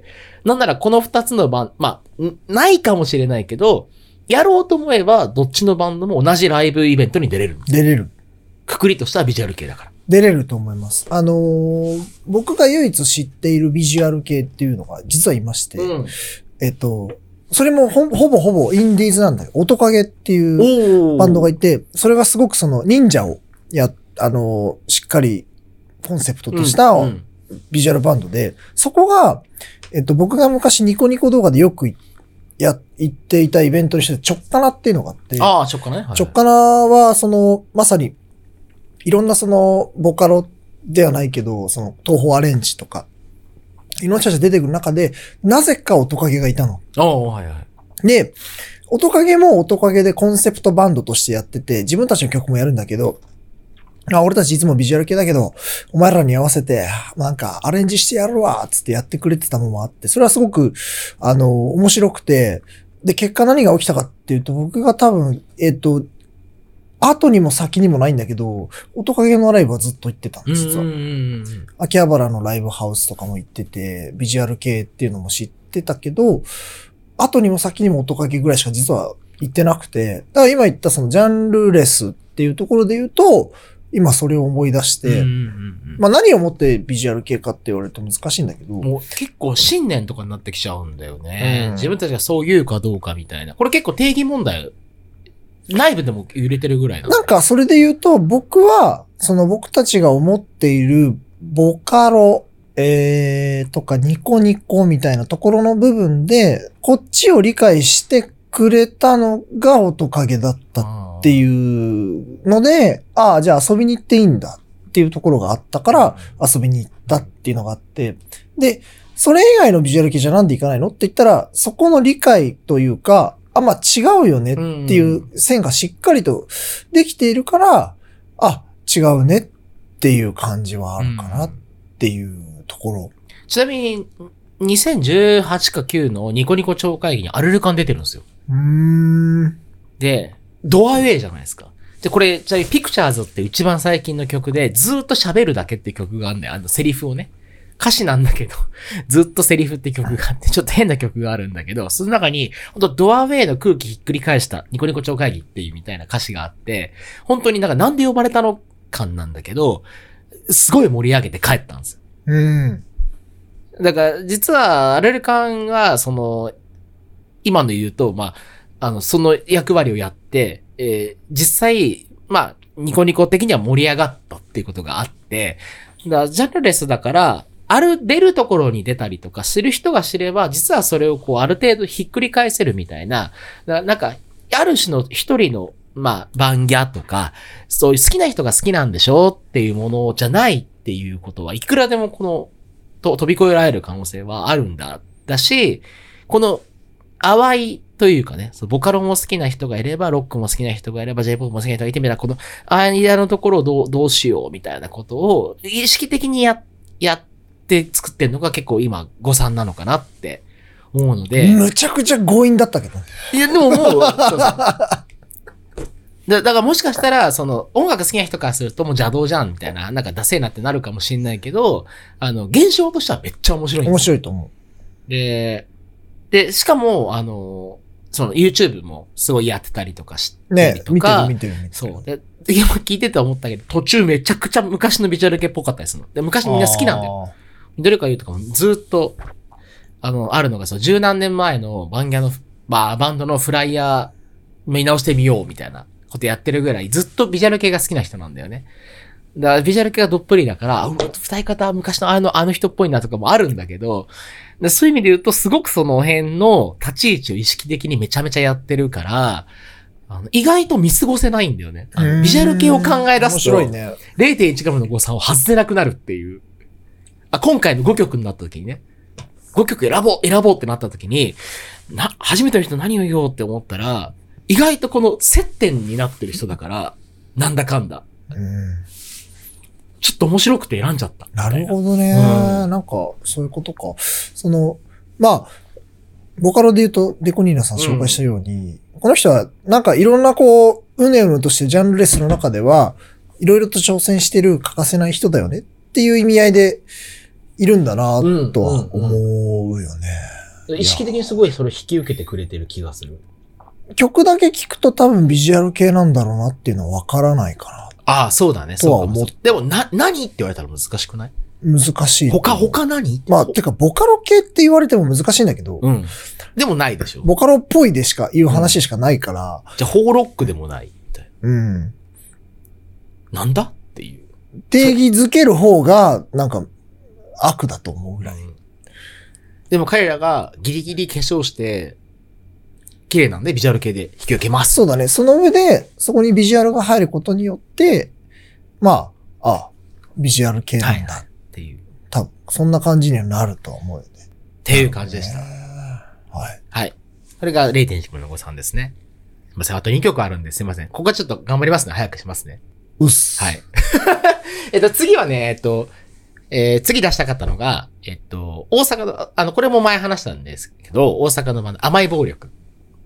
なんならこの二つのバン、まあ、ないかもしれないけど、やろうと思えば、どっちのバンドも同じライブイベントに出れる。 出れる。 くくりとしてはビジュアル系だから。 出れると思います。あのー、僕が唯一知っているビジュアル系っていうのが実はいまして、うん、えっと、それもほほぼほぼインディーズなんだよ。音影っていうバンドがいて、それがすごくその忍者をや、あのー、しっかりコンセプトとしたビジュアルバンドで、うんうん、そこが、えっと、僕が昔ニコニコ動画でよくや、行っていたイベントにしてちょっかなっていうのがあって、 ああ、ちょっかなね。はいはい、 ちょっかなは、その、まさに、いろんなその、ボカロではないけど、その、東宝アレンジとか、いろんな人たちが出てくる中で、なぜか音影がいたの。 ああ、はいはい。 で、音影も音影でコンセプトバンドとしてやってて、自分たちの曲もやるんだけど、あ、俺たちいつもビジュアル系だけど、お前らに合わせて、なんかアレンジしてやるわ、つってやってくれてたのもあって、それはすごく、あの、面白くて、で、結果何が起きたかっていうと、僕が多分、えっと、 後にも先にもないんだけど、音影のライブはずっと行ってたんです、実は。秋葉原のライブハウスとかも行ってて、ビジュアル系っていうのも知ってたけど、後にも先にも音影ぐらいしか実は行ってなくて、だから今言ったそのジャンルレスっていうところで言うと、今それを思い出して、まあ何をもってビジュアル系かって言われると難しいんだけど。 もう結構信念とかになってきちゃうんだよね。うん、自分たちがそう言うかどうかみたいな。これ結構定義問題。内部でも揺れてるぐらいなの。 なんか、それで言うと、僕は、その僕たちが思っている、ボカロ、えー、とか、ニコニコみたいなところの部分で、こっちを理解してくれたのが音影だったっていうので、ああ、じゃあ遊びに行っていいんだっていうところがあったから、遊びに行ったっていうのがあって、で、それ以外のビジュアル系じゃなんで行かないのって言ったら、そこの理解というか、あ、まあ違うよねっていう線がしっかりとできているから、あ、違うねっていう感じはあるかなっていうところ。 ちなみに、にせんじゅうはちかきゅうのニコニコ超会議にアルルカン出てるんですよ。 うーん。 で、ドアウェイじゃないですか。で、これ、ちなみにピクチャーズって一番最近の曲で、ずーっと喋るだけって曲があるんだよ。あの、セリフをね。歌詞なんだけど、ずっとセリフって曲があって、ちょっと変な曲があるんだけど、その中に、ほんとドアウェイの空気ひっくり返したニコニコ超会議っていうみたいな歌詞があって、本当になんかなんで呼ばれたの感なんだけど、すごい盛り上げて帰ったんですよ。 うん。 だから、実は、アレルカンは、その、今の言うと、まあ、あの、その役割をやって、えー、実際、まあ、ニコニコ的には盛り上がったっていうことがあって、だからジャンルレスだから、ある、出るところに出たりとかする人が知れば、実はそれをこう、ある程度ひっくり返せるみたいな、ななんか、ある種の一人の、まあ、バンギャとか、そういう好きな人が好きなんでしょっていうものじゃないっていうことは、いくらでもこの、と飛び越えられる可能性はあるんだ。だし、この、淡いというかね、そのボカロも好きな人がいれば、ロックも好きな人がいれば、J-ポップ も好きな人がいてみたら、この間のところをどう、どうしようみたいなことを、意識的にや、やって作ってるのが結構今、誤算なのかなって思うので。 むちゃくちゃ強引だったけど。 いや、でももう、そうそうだ、だからもしかしたら、その、音楽好きな人からするともう邪道じゃんみたいな、なんかダセーなってなるかもしれないけど、あの、現象としてはめっちゃ面白いんですよ。 面白いと思う。で、で、しかも、あの、その YouTube もすごいやってたりとかしてとか。 ね、見てる見てる見てる。 そう。で、今聞いてて思ったけど、途中めちゃくちゃ昔のビジュアル系っぽかったりするの。で、昔みんな好きなんだよ。どれか言うとかもずっと、あの、あるのが、そう、十何年前のバンギャの、まあ、バンドのフライヤー見直してみようみたいなことやってるぐらい、ずっとビジュアル系が好きな人なんだよね。だから、ビジュアル系がどっぷりだから、うわ、歌い方は昔のあの、あの人っぽいなとかもあるんだけど、そういう意味で言うと、すごくその辺の立ち位置を意識的にめちゃめちゃやってるから、あの意外と見過ごせないんだよね。あのビジュアル系を考え出すと、ね、れいてんいちグラムの誤差を外せなくなるっていう。あ、今回のごきょくになった時にね、ごきょく選ぼう、選ぼうってなった時に、な、初めての人何を言おうって思ったら、意外とこの接点になってる人だから、なんだかんだ。 うんちょっと面白くて選んじゃった。 なるほどね、うん。なんか、そういうことか。その、まあ、ボカロで言うと、デコニーナさん紹介したように、うん、この人は、なんかいろんなこう、うねうねとしてジャンルレスの中では、いろいろと挑戦してる欠かせない人だよねっていう意味合いで、いるんだなとは思うよね、 うんうんうん。意識的にすごいそれ引き受けてくれてる気がする。 曲だけ聞くと多分ビジュアル系なんだろうなっていうのはわからないかな。 ああ、そうだね。そうは思う。でも、な、何って言われたら難しくない？ 難しい。 他、他何？ まあ、てか、ボカロ系って言われても難しいんだけど。 うん。でもないでしょ。 ボカロっぽいでしか言う話しかないから。 うん、じゃあ、ホーロックでもないみたいな。うん。 なんだっていう。 定義づける方が、なんか、悪だと思うぐらい。うん、 でも彼らがギリギリ化粧して、綺麗なんでビジュアル系で引き受けます。 そうだね。その上で、そこにビジュアルが入ることによって、まあ、あ、ビジュアル系なんだ。 っていう。 多分、そんな感じにはなるとは思うよね。 っていう感じでした。はい。はい。それが れいてんいちグラムの誤差ですね。すいません。あとにきょくあるんですいません。ここはちょっと頑張りますね。早くしますね。 うっす。 はい。えっと、次はね、えっと、えー、次出したかったのが、えっと、大阪の、あの、これも前話したんですけど、大阪のバンド、甘い暴力。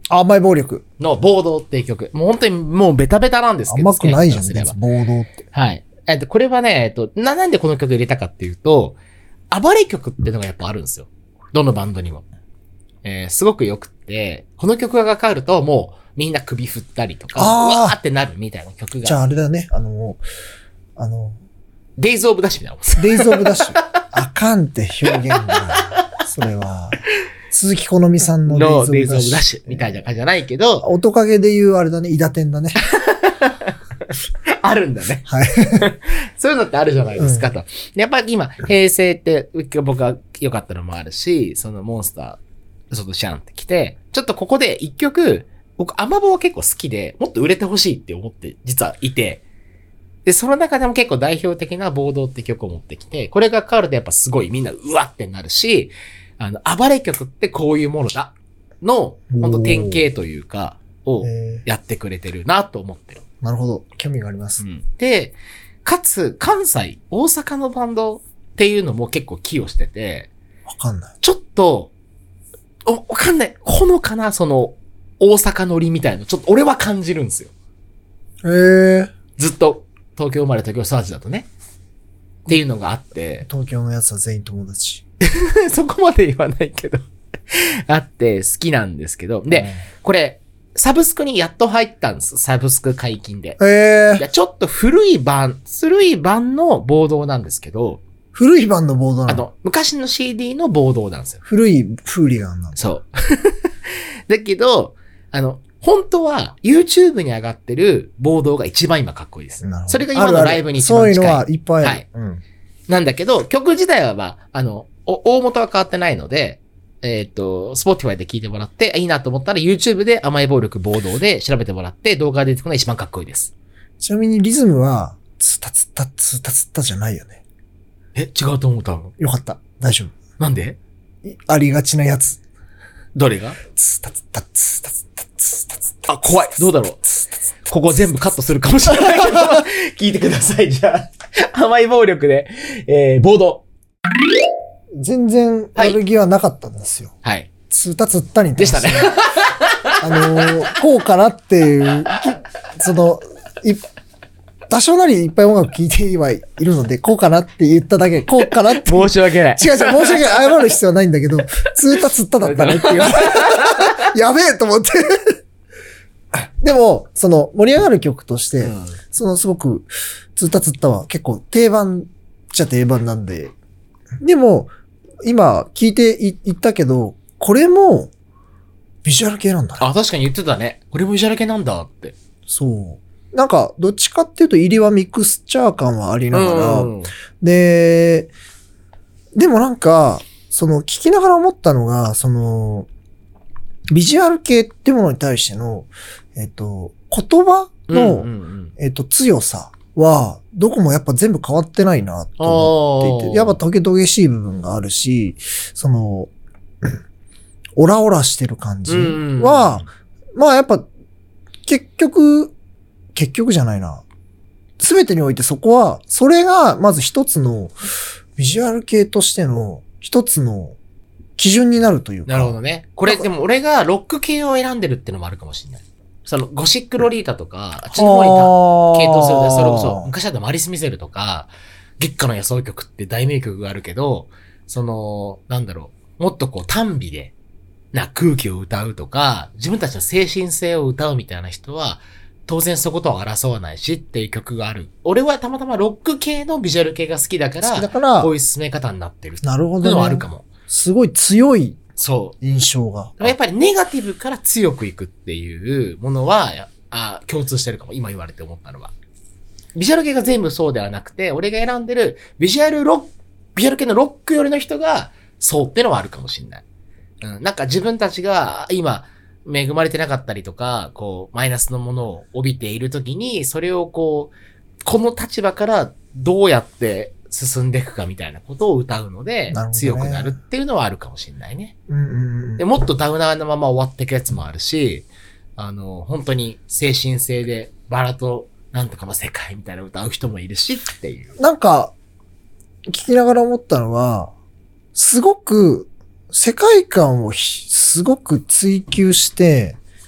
甘い暴力。 の暴動っていう曲。もう本当にもうベタベタなんですけど。 甘くないじゃん、 好きな人からす暴れば動って。 はい。えっと、これはね、えっと、な、なんでこの曲入れたかっていうと、暴れ曲っていうのがやっぱあるんですよ。どのバンドにも。えー、すごく良くて、この曲がかかるともうみんな首振ったりとか、うわーってなるみたいな曲が。 じゃああれだね、あの、あの、 デイズオブダッシュみたいなもんです。 デイズオブダッシュ。あかんって表現が、それは、鈴木好美さんのデイズオブダッシュみたいな感じじゃないけど、 音影で言うあれだね、イダテンだね。 あるんだね。 はい。 そういうのってあるじゃないですかと。うん、やっぱり今、平成って僕が良かったのもあるし、そのモンスター、ちょっとシャンって来て、ちょっとここで一曲、僕、アマボは結構好きで、もっと売れてほしいって思って、実はいて、で、その中でも結構代表的な暴動って曲を持ってきて、これが変わるとやっぱすごいみんなうわってなるし、あの、暴れ曲ってこういうものだの、ほんと典型というか、をやってくれてるなと思ってる。 なるほど。興味があります。 うん、で、かつ、関西、大阪のバンドっていうのも結構寄与してて、 わかんない。 ちょっと、お、わかんない。ほのかな、その、大阪乗りみたいな、ちょっと俺は感じるんですよ。 へー。 ずっと、東京生まれ東京育ちだとね。っていうのがあって。 東京のやつは全員友達。 そこまで言わないけど。あって、好きなんですけど。で、うん、これ、サブスクにやっと入ったんです。サブスク解禁で。 へー。 ちょっと古い版、古い版の暴動なんですけど。 古い版の暴動なの？ あの、昔の シーディー の暴動なんですよ。 古いフーリガンなんだ。 そう。だけど、あの、本当は YouTube に上がってる暴動が一番今かっこいいです。それが今のライブに一番近い。 そういうのはいっぱいある。 はい。うん、なんだけど、曲自体は、まあ、あの、大元は変わってないので、えっと、Spotify で聴いてもらって、いいなと思ったら YouTube で甘い暴力暴動で調べてもらって動画が出てくるのが一番かっこいいです。 ちなみにリズムは、ツタツタツタツタじゃないよね。 え、違うと思う多分。 よかった。大丈夫。 なんで？ ありがちなやつ。 どれが？ ツタツタツタツタツタツタ。 あ、怖い。どうだろう。ここ全部カットするかもしれないけど、聞いてください、じゃあ。甘い暴力で、えー、暴動。 全然悪気はなかったんですよ。 はい。 ツタツタにでしたね。 あのー、こうかなっていう、その、い、多少なりいっぱい音楽聴いてはいるので、こうかなって言っただけ、こうかなって。 申し訳ない。 違う違う、申し訳ない。謝る必要はないんだけど、ツタツタだったねっていう。やべえと思って。でも、その、盛り上がる曲として、うん、そのすごく、ツタツタは結構定番っちゃ定番なんで、でも、今聞いてい言ったけど、これも、ビジュアル系なんだね。 あ、確かに言ってたね。これもビジュアル系なんだって。 そう。なんか、どっちかっていうと、入りはミクスチャー感はありながら、うん、で、でもなんか、その、聞きながら思ったのが、その、ビジュアル系ってものに対しての、えっと、言葉の、うんうんうん、えっと、強さは、どこもやっぱ全部変わってないな、と思っていて、やっぱトゲトゲしい部分があるし、その、オラオラしてる感じは、うんうん、まあやっぱ、結局、結局じゃないな。すべてにおいてそこは、それがまず一つの、ビジュアル系としての一つの基準になるというか。 なるほどね。これでも俺がロック系を選んでるってのもあるかもしれない。そのゴシックロリータとか、あっちの方に系統するで、それこそ昔だとマリス・ミゼルとか、月下の野草曲って大名曲があるけど、その、なんだろう、もっとこう単美でな空気を歌うとか、自分たちの精神性を歌うみたいな人は、当然そことは争わないしっていう曲がある。俺はたまたまロック系のビジュアル系が好きだから、 だからこういう進め方になってる。 なるほど、ね。 っていうのはあるかも。 すごい強い。 そう。 印象が。 やっぱりネガティブから強くいくっていうものは、あ、共通してるかも。今言われて思ったのは。ビジュアル系が全部そうではなくて、俺が選んでるビジュアルロック、ビジュアル系のロック寄りの人が、そうってのはあるかもしれない。うん。なんか自分たちが今、恵まれてなかったりとか、こう、マイナスのものを帯びているときに、それをこう、この立場からどうやって進んでいくかみたいなことを歌うので、ね、強くなるっていうのはあるかもしれないね。 うんうんうん、 でもっとダウナーのまま終わっていくやつもあるし、あの、本当に精神性でバラとなんとかの世界みたいな歌う人もいるしっていう。 なんか、聞きながら思ったのは、すごく世界観をすごく追求して、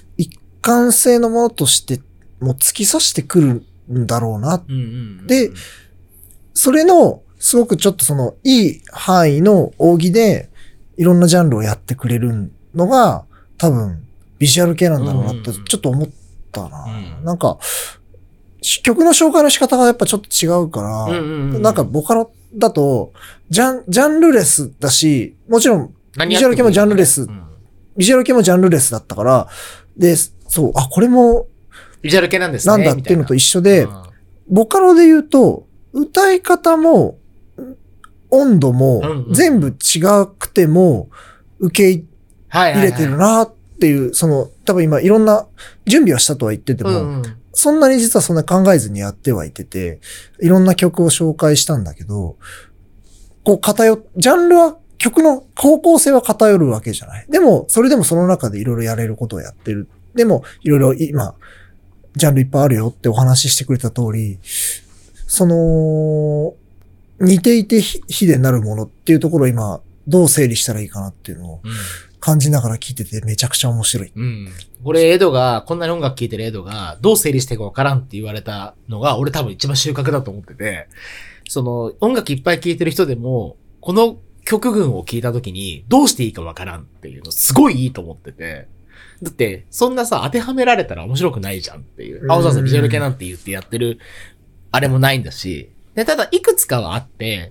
観性のものとしてもう突き刺してくるんだろうな。 うんうんうん、 で、それの、すごくちょっとその、いい範囲の扇で、いろんなジャンルをやってくれるのが、多分、ビジュアル系なんだろうなって、ちょっと思ったな。うん、なんか、曲の紹介の仕方がやっぱちょっと違うから、うんうんうん、なんかボカロだと、ジャン、ジャンルレスだし、もちろん、ビジュアル系もジャンルレス、うん、ビジュアル系もジャンルレスだったから、で、そう、あ、これも、 ビジュアル系なんですね。 なんだっていうのと一緒で、うん、ボカロで言うと、歌い方も、温度も、全部違くても、受け入れてるなっていう、その、多分今いろんな準備はしたとは言ってても、うんうん、そんなに実はそんな考えずにやってはいてて、いろんな曲を紹介したんだけど、こう偏、ジャンルは、曲の方向性は偏るわけじゃない。でも、それでもその中でいろいろやれることをやってる。でも、いろいろ今、ジャンルいっぱいあるよってお話ししてくれた通り、その、似ていて非でなるものっていうところを今、どう整理したらいいかなっていうのを感じながら聞いててめちゃくちゃ面白い。 うん。これ、エドが、こんなに音楽聴いてるエドが、どう整理していくかわからんって言われたのが、俺多分一番収穫だと思ってて、その、音楽いっぱい聴いてる人でも、この曲群を聴いたときに、どうしていいかわからんっていうの、すごいいいと思ってて、だって、そんなさ、当てはめられたら面白くないじゃんっていう。青沢さんビジュアル系なんて言ってやってる、あれもないんだし、で、ただ、いくつかはあって、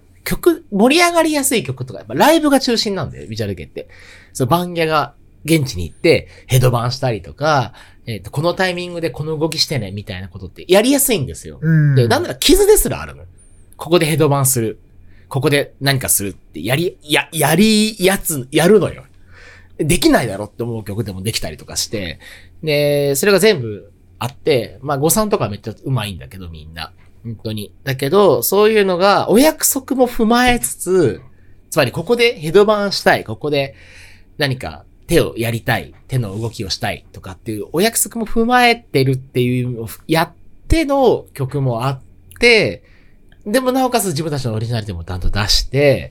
曲、盛り上がりやすい曲とか、やっぱライブが中心なんだよ、ビジュアル系って。そう、バンギャが現地に行って、ヘドバンしたりとか、えっと、このタイミングでこの動きしてね、みたいなことってやりやすいんですよ。で、なんなら傷ですらあるの。ここでヘドバンする。ここで何かするって、やり、や、やり、やつ、やるのよ。できないだろって思う曲でもできたりとかして、で、それが全部あって、まあ、誤算とかめっちゃ上手いんだけど、みんな。本当に。だけど、そういうのが、お約束も踏まえつつ、つまりここでヘドバンしたい、ここで何か手をやりたい、手の動きをしたいとかっていうお約束も踏まえてるっていうのをやっての曲もあって、でもなおかつ自分たちのオリジナリティもちゃんと出して、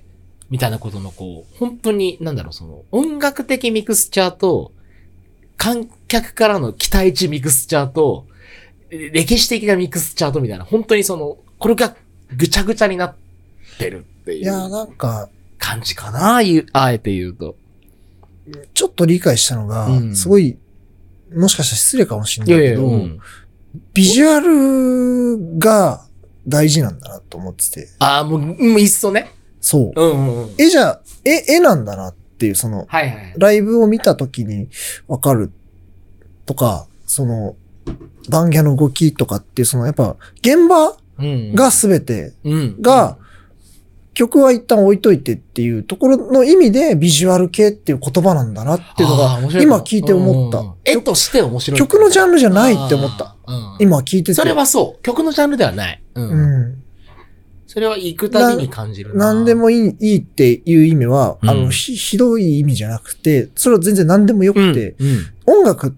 みたいなことのこう、本当に、なんだろう、その、音楽的ミクスチャーと、観客からの期待値ミクスチャーと、歴史的なミクスチャートみたいな、本当にその、これがぐちゃぐちゃになってるっていう。 いや、なんか、 感じかな、言う、あえて言うと。 ちょっと理解したのが、うん、すごい、もしかしたら失礼かもしれないけど、いやいや、うん、ビジュアルが大事なんだなと思ってて。 ああ、もう、もういっそね。 そう。 うんうんうん、 絵じゃ、絵、絵なんだなっていう、その、 はいはいはい、 ライブを見たときにわかるとか、その、バンギャの動きとかっていう、その、やっぱ、現場が全てが、曲は一旦置いといてっていうところの意味で、ビジュアル系っていう言葉なんだなっていうのが、今聞いて思った。 絵として面白い。 曲のジャンルじゃないって思った。今聞いてて。 それはそう。曲のジャンルではない。うん。うんそれは行くたびに感じるな。何でもいい、いいっていう意味は、うん、あのひ、ひどい意味じゃなくて、それは全然何でもよくて、うんうん、音楽って、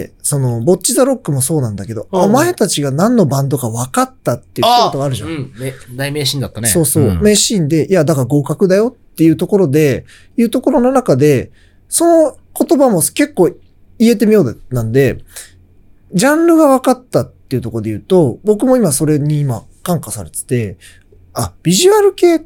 その、ボッチザロックもそうなんだけど、うん、お前たちが何のバンドか分かったっていうことがあるじゃん。 うん。ね、大名シーンだったね。 そうそう、うん、名シーンで、いや、だから合格だよっていうところで、いうところの中で、その言葉も結構言えてみようなんで、ジャンルが分かったっていうところで言うと、僕も今それに今感化されてて、あ、ビジュアル系って、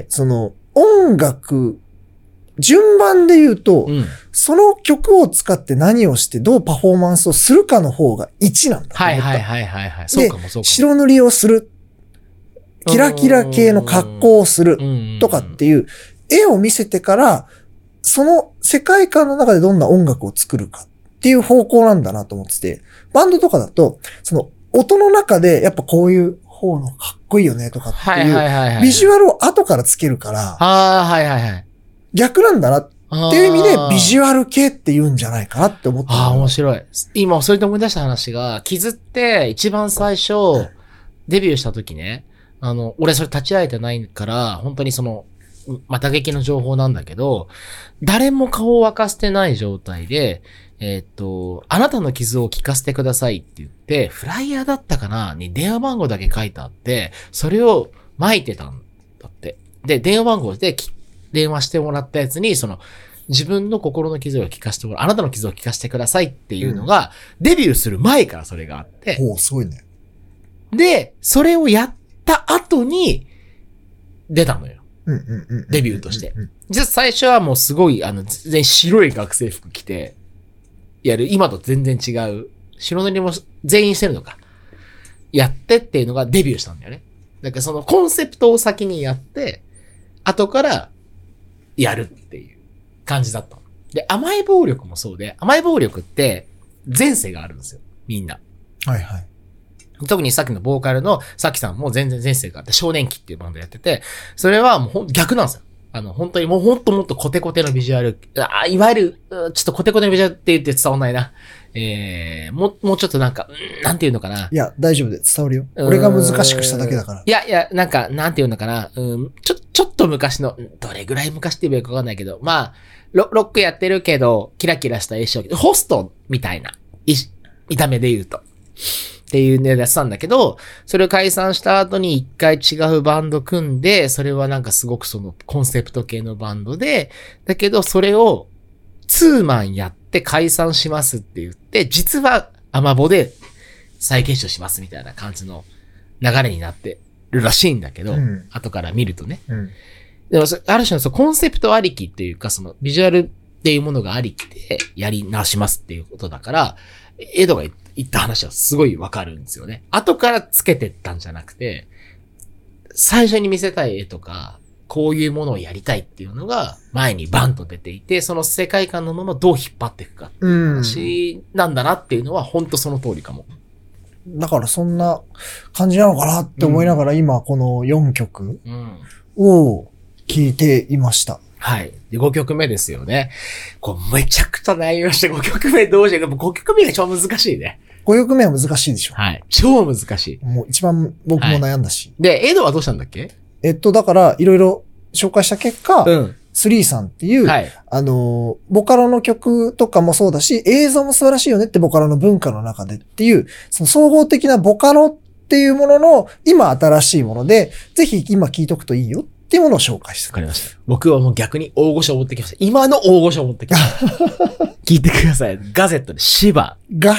その、音楽、順番で言うと、うん、その曲を使って何をしてどうパフォーマンスをするかの方がいちなんだと思った。 はいはいはいはい、はい。そうかもそうかも。 白塗りをする。キラキラ系の格好をする。とかっていう、絵を見せてから、その世界観の中でどんな音楽を作るかっていう方向なんだなと思ってて、バンドとかだと、その音の中でやっぱこういう方のかっこいいよねとかっていう、ビジュアルを後からつけるから、 ああ、はいはいはい。 逆なんだなっていう意味でビジュアル系って言うんじゃないかなって思って。 ああ、面白い。今それで思い出した話が、傷って一番最初、デビューした時ね、あの、俺それ立ち会えてないから、本当にその、また劇の情報なんだけど、誰も顔を沸かせてない状態で、えー、っと、あなたの傷を聞かせてくださいって言って、フライヤーだったかなに電話番号だけ書いてあって、それを巻いてたんだって。で、電話番号で電話してもらったやつに、その、 自分の心の傷を聞かせてもらう、あなたの傷を聞かせてくださいっていうのが、うん、デビューする前からそれがあって。 おー、すごいね。 で、それをやった後に、出たのよ。 うんうんうん。 デビューとして。実は最初はもうすごい、あの、全然白い学生服着て、やる、今と全然違う、白塗りも全員してるのか。やってっていうのがデビューしたんだよね。だからそのコンセプトを先にやって、後からやるっていう感じだったの。で、甘い暴力もそうで、甘い暴力って前世があるんですよ。みんな。 はいはい。 特にさっきのボーカルのさきさんも全然前世があって、少年期っていうバンドやってて、それはもうほん逆なんですよ。あの、本当にもうほんともっとコテコテのビジュアル、あいわゆる、ちょっとコテコテのビジュアルって言って伝わんないな。えー、もう、もうちょっとなんか、んなんていうのかな。 いや、大丈夫で伝わるよ。俺が難しくしただけだから。 いやいや、なんか、なんていうのかな。うん、ちょ、ちょっと昔の、どれぐらい昔って言えばよくわかんないけど、まあ、ロロックやってるけど、キラキラした衣装、ホストみたいな、い、見た目で言うと。っていうね、やってたんだけど、それを解散した後に一回違うバンド組んで、それはなんかすごくそのコンセプト系のバンドで、だけどそれをツーマンやって解散しますって言って、実はアマボで再結成しますみたいな感じの流れになってるらしいんだけど、うん、後から見るとね。うん、でもある種のそのコンセプトありきっていうか、そのビジュアルっていうものがありきでやり直しますっていうことだから、エドが言った話はすごいわかるんですよね。後からつけてったんじゃなくて、最初に見せたい絵とか、こういうものをやりたいっていうのが前にバンと出ていて、その世界観のままどう引っ張っていくかっていう話なんだなっていうのは本当その通りかも。 だからそんな感じなのかなって思いながら今このよんきょくを聴いていました。 はい。で、ごきょくめですよね。こう、めちゃくちゃ悩みました。ごきょくめどうしようか。ごきょくめが超難しいね。 ごきょくめは難しいでしょ。 はい。超難しい。 もう一番僕も悩んだし。はい、 で、エドはどうしたんだっけ？ えっと、だから、いろいろ紹介した結果、 うん。 スリーさんっていう、 はい、 あの、ボカロの曲とかもそうだし、映像も素晴らしいよねってボカロの文化の中でっていう、その総合的なボカロっていうものの、今新しいもので、ぜひ今聞いとくといいよっていうものを紹介して。 わかりました。僕はもう逆に大御所を持ってきました。今の大御所を持ってきました。聞いてください。ガゼットでシバ。 が。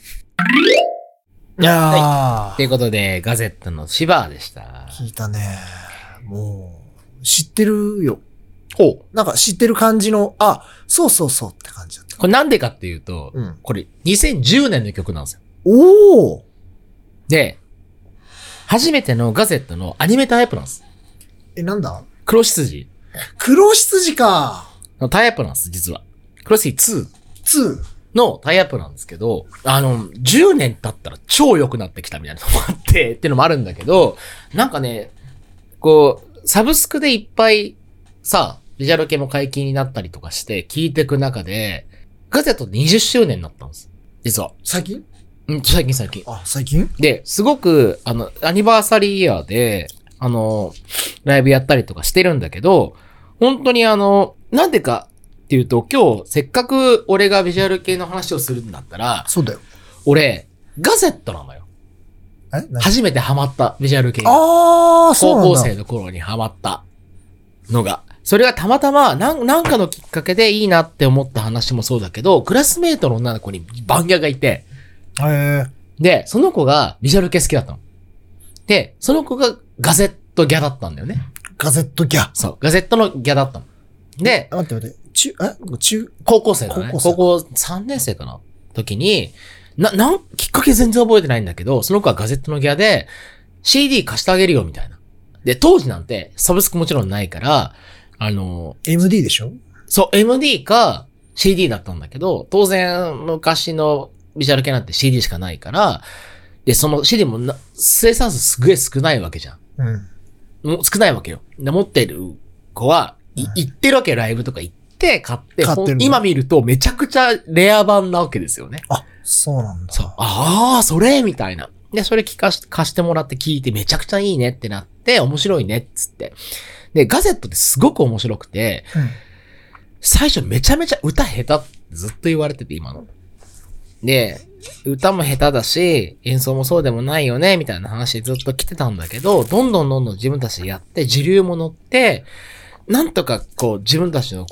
いやー。 はい。ということで、ガゼットのシバでした。 聞いたね。もう、知ってるよ。 ほう。なんか知ってる感じの、あ、そうそうそうって感じだった。 これなんでかっていうと、うん、これにせんじゅうねんの曲なんですよ。 おー。 で、初めてのガゼットのアニメタイプなんです。 え、なんだ？ 黒羊。 黒羊か。 のタイアップなんです、実は。黒羊ツー。 ツーのタイアップなんですけど、あの、じゅうねん経ったら超良くなってきたみたいなのもあって、っていうのもあるんだけど、なんかね、こう、サブスクでいっぱいさ、ビジュアル系も解禁になったりとかして聞いていく中で、ガゼットでにじゅっしゅうねんになったんです。実は。 最近？ うん、最近最近。 あ、最近？ で、すごく、あの、アニバーサリーイヤーで、あの、ライブやったりとかしてるんだけど、本当にあの、なんでかっていうと、今日、せっかく俺がビジュアル系の話をするんだったら、 そうだよ。 俺、ガゼットなのよ。 え？ 初めてハマったビジュアル系。 ああ、そうなんだ。 高校生の頃にハマったのが。それがたまたま、なん、なんかのきっかけでいいなって思った話もそうだけど、クラスメイトの女の子にバンギャがいて、 へー。 で、その子がビジュアル系好きだったの。で、その子がガゼットギャだったんだよね。 ガゼットギャ。 そう、ガゼットのギャだったの。で、 待って待って、中、え中、 高校生だね。高校高校さんねん生かな時に、な、なん、きっかけ全然覚えてないんだけど、その子はガゼットのギャで、シーディー 貸してあげるよ、みたいな。で、当時なんて、サブスクもちろんないから、あの、 エムディー でしょ？ そう、エムディー か シーディー だったんだけど、当然、昔のビジュアル系なんて シーディー しかないから、で、その シーディー もな生産数すげえ少ないわけじゃん。うん。もう少ないわけよ。で、持ってる子は、い、うん、行ってるわけよ、ライブとか行って買って、買ってる今見るとめちゃくちゃレア版なわけですよね。 あ、そうなんだ。 そう。ああ、それみたいな。で、それ聞かし、貸してもらって聞いてめちゃくちゃいいねってなって、面白いねっつって。で、ガゼットってすごく面白くて、うん、最初めちゃめちゃ歌下手ってずっと言われてて、今の。で、歌も下手だし、演奏もそうでもないよね、みたいな話ずっと来てたんだけど、どんどんどんどん自分たちでやって、時流も乗って、なんとかこう自分たちのこう、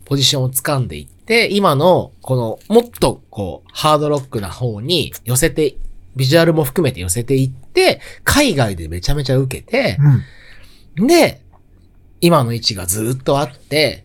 ポジションを掴んでいって、今の、この、もっと、こう、ハードロックな方に寄せて、ビジュアルも含めて寄せていって、海外でめちゃめちゃ受けて、うん、で、今の位置がずっとあって、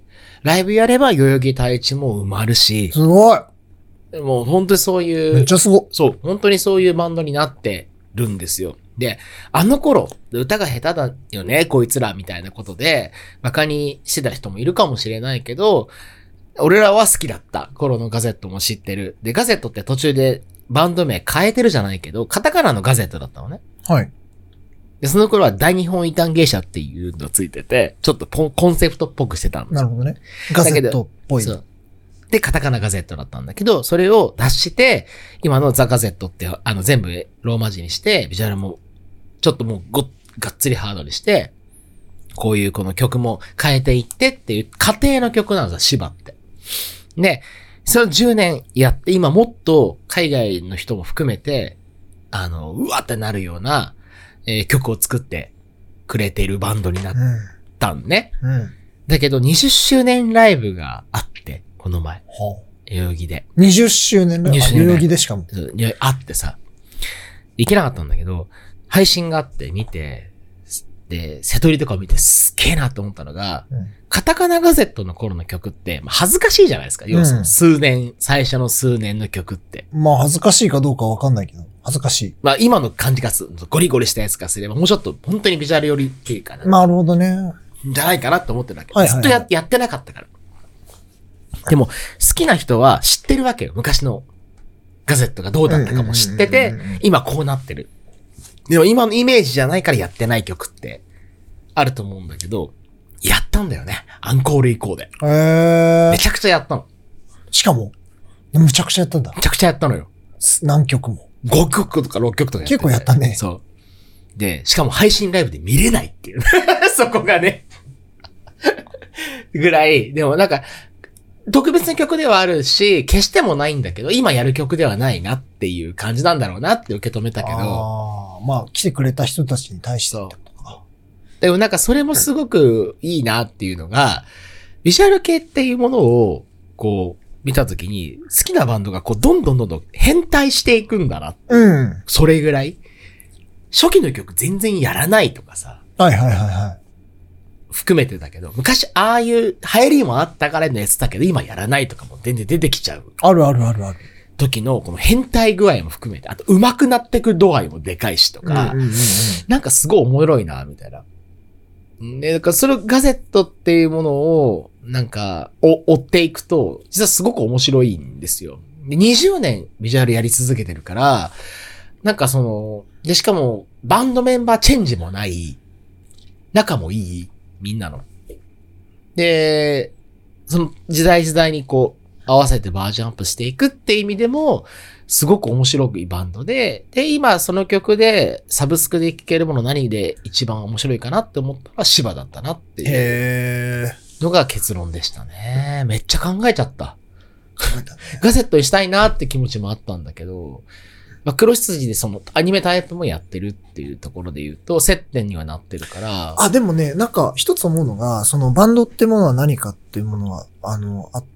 ライブやれば代々木太一も埋まるし、 すごい。 もう本当にそういう、 めっちゃすごい。 そう、本当にそういうバンドになってるんですよ。で、あの頃、歌が下手だよね、こいつら、みたいなことで、馬鹿にしてた人もいるかもしれないけど、俺らは好きだった頃のガゼットも知ってる。で、ガゼットって途中でバンド名変えてるじゃないけど、カタカナのガゼットだったのね。 はい。 で、その頃は大日本異端芸者っていうのついてて、ちょっとポコンセプトっぽくしてたの。 なるほどね。ガゼットっぽい。 そう。で、カタカナガゼットだったんだけど、それを出して、今のザ・ガゼットって、あの、全部ローマ字にして、ビジュアルも、ちょっともうご、がっつりハードにして、こういうこの曲も変えていってっていう過程の曲なんですよ、芝って。で、そのじゅうねんやって、今もっと海外の人も含めて、あの、うわってなるような、えー、曲を作ってくれているバンドになったんね。うんうん、だけど、にじゅっしゅうねんライブがあって、この前。はあ、代々木で。 にじゅっしゅうねんライブ代々木でしかも。 いや、あってさ、行けなかったんだけど、配信があって見て、で、瀬戸りとかを見てすっげえなと思ったのが、うん、カタカナガゼットの頃の曲って、まあ、恥ずかしいじゃないですか。要するに数年、最初の数年の曲って。 まあ恥ずかしいかどうかわかんないけど、恥ずかしい。 まあ今の感じがする、ゴリゴリしたやつがすれば、もうちょっと本当にビジュアル寄りっていうかな。 なるほどね。 じゃないかなって思ってるわけ。はいはいはい、ずっと や, やってなかったから。でも、好きな人は知ってるわけよ。昔のガゼットがどうだったかも知ってて、今こうなってる。でも今のイメージじゃないからやってない曲ってあると思うんだけど、やったんだよね。アンコール以降で。 へー。 めちゃくちゃやったの。 しかも、むちゃくちゃやったんだ。 めちゃくちゃやったのよ。 何曲も。 ごきょくとかろっきょくとかやって、 結構やったね。 そう。で、しかも配信ライブで見れないっていう。そこがね。ぐらい、でもなんか、特別な曲ではあるし、決してもないんだけど、今やる曲ではないなっていう感じなんだろうなって受け止めたけど。 ああ、まあ来てくれた人たちに対してってことか。 でもなんかそれもすごくいいなっていうのが、ビジュアル系っていうものを、こう、見たときに、好きなバンドがこう、どんどんどんどん変態していくんだな。 うん。 それぐらい。初期の曲全然やらないとかさ。 はいはいはいはい。 含めてだけど、昔ああいう流行りもあったからのやつだけど、今やらないとかも全然出てきちゃう。 あるあるあるある。 時のこの変態具合も含めて、あと上手くなってく度合いもでかいしとか、うんうんうんうん、なんかすごいおもろいな、みたいな。で、だからそのガゼットっていうものを、なんか、追っていくと、実はすごく面白いんですよ。でにじゅうねんビジュアルやり続けてるから、なんかその、で、しかも、バンドメンバーチェンジもない、仲もいい、みんなの。で、その時代時代にこう、合わせてバージョンアップしていくって意味でも、すごく面白いバンドで、で、今その曲でサブスクで聴けるもの何で一番面白いかなって思ったのは芝だったなっていうのが結論でしたね。めっちゃ考えちゃった。ガゼットにしたいなって気持ちもあったんだけど、まあ、黒羊でそのアニメタイプもやってるっていうところで言うと、接点にはなってるから。 あ、でもね、なんか一つ思うのが、そのバンドってものは何かっていうものは、あの、あって、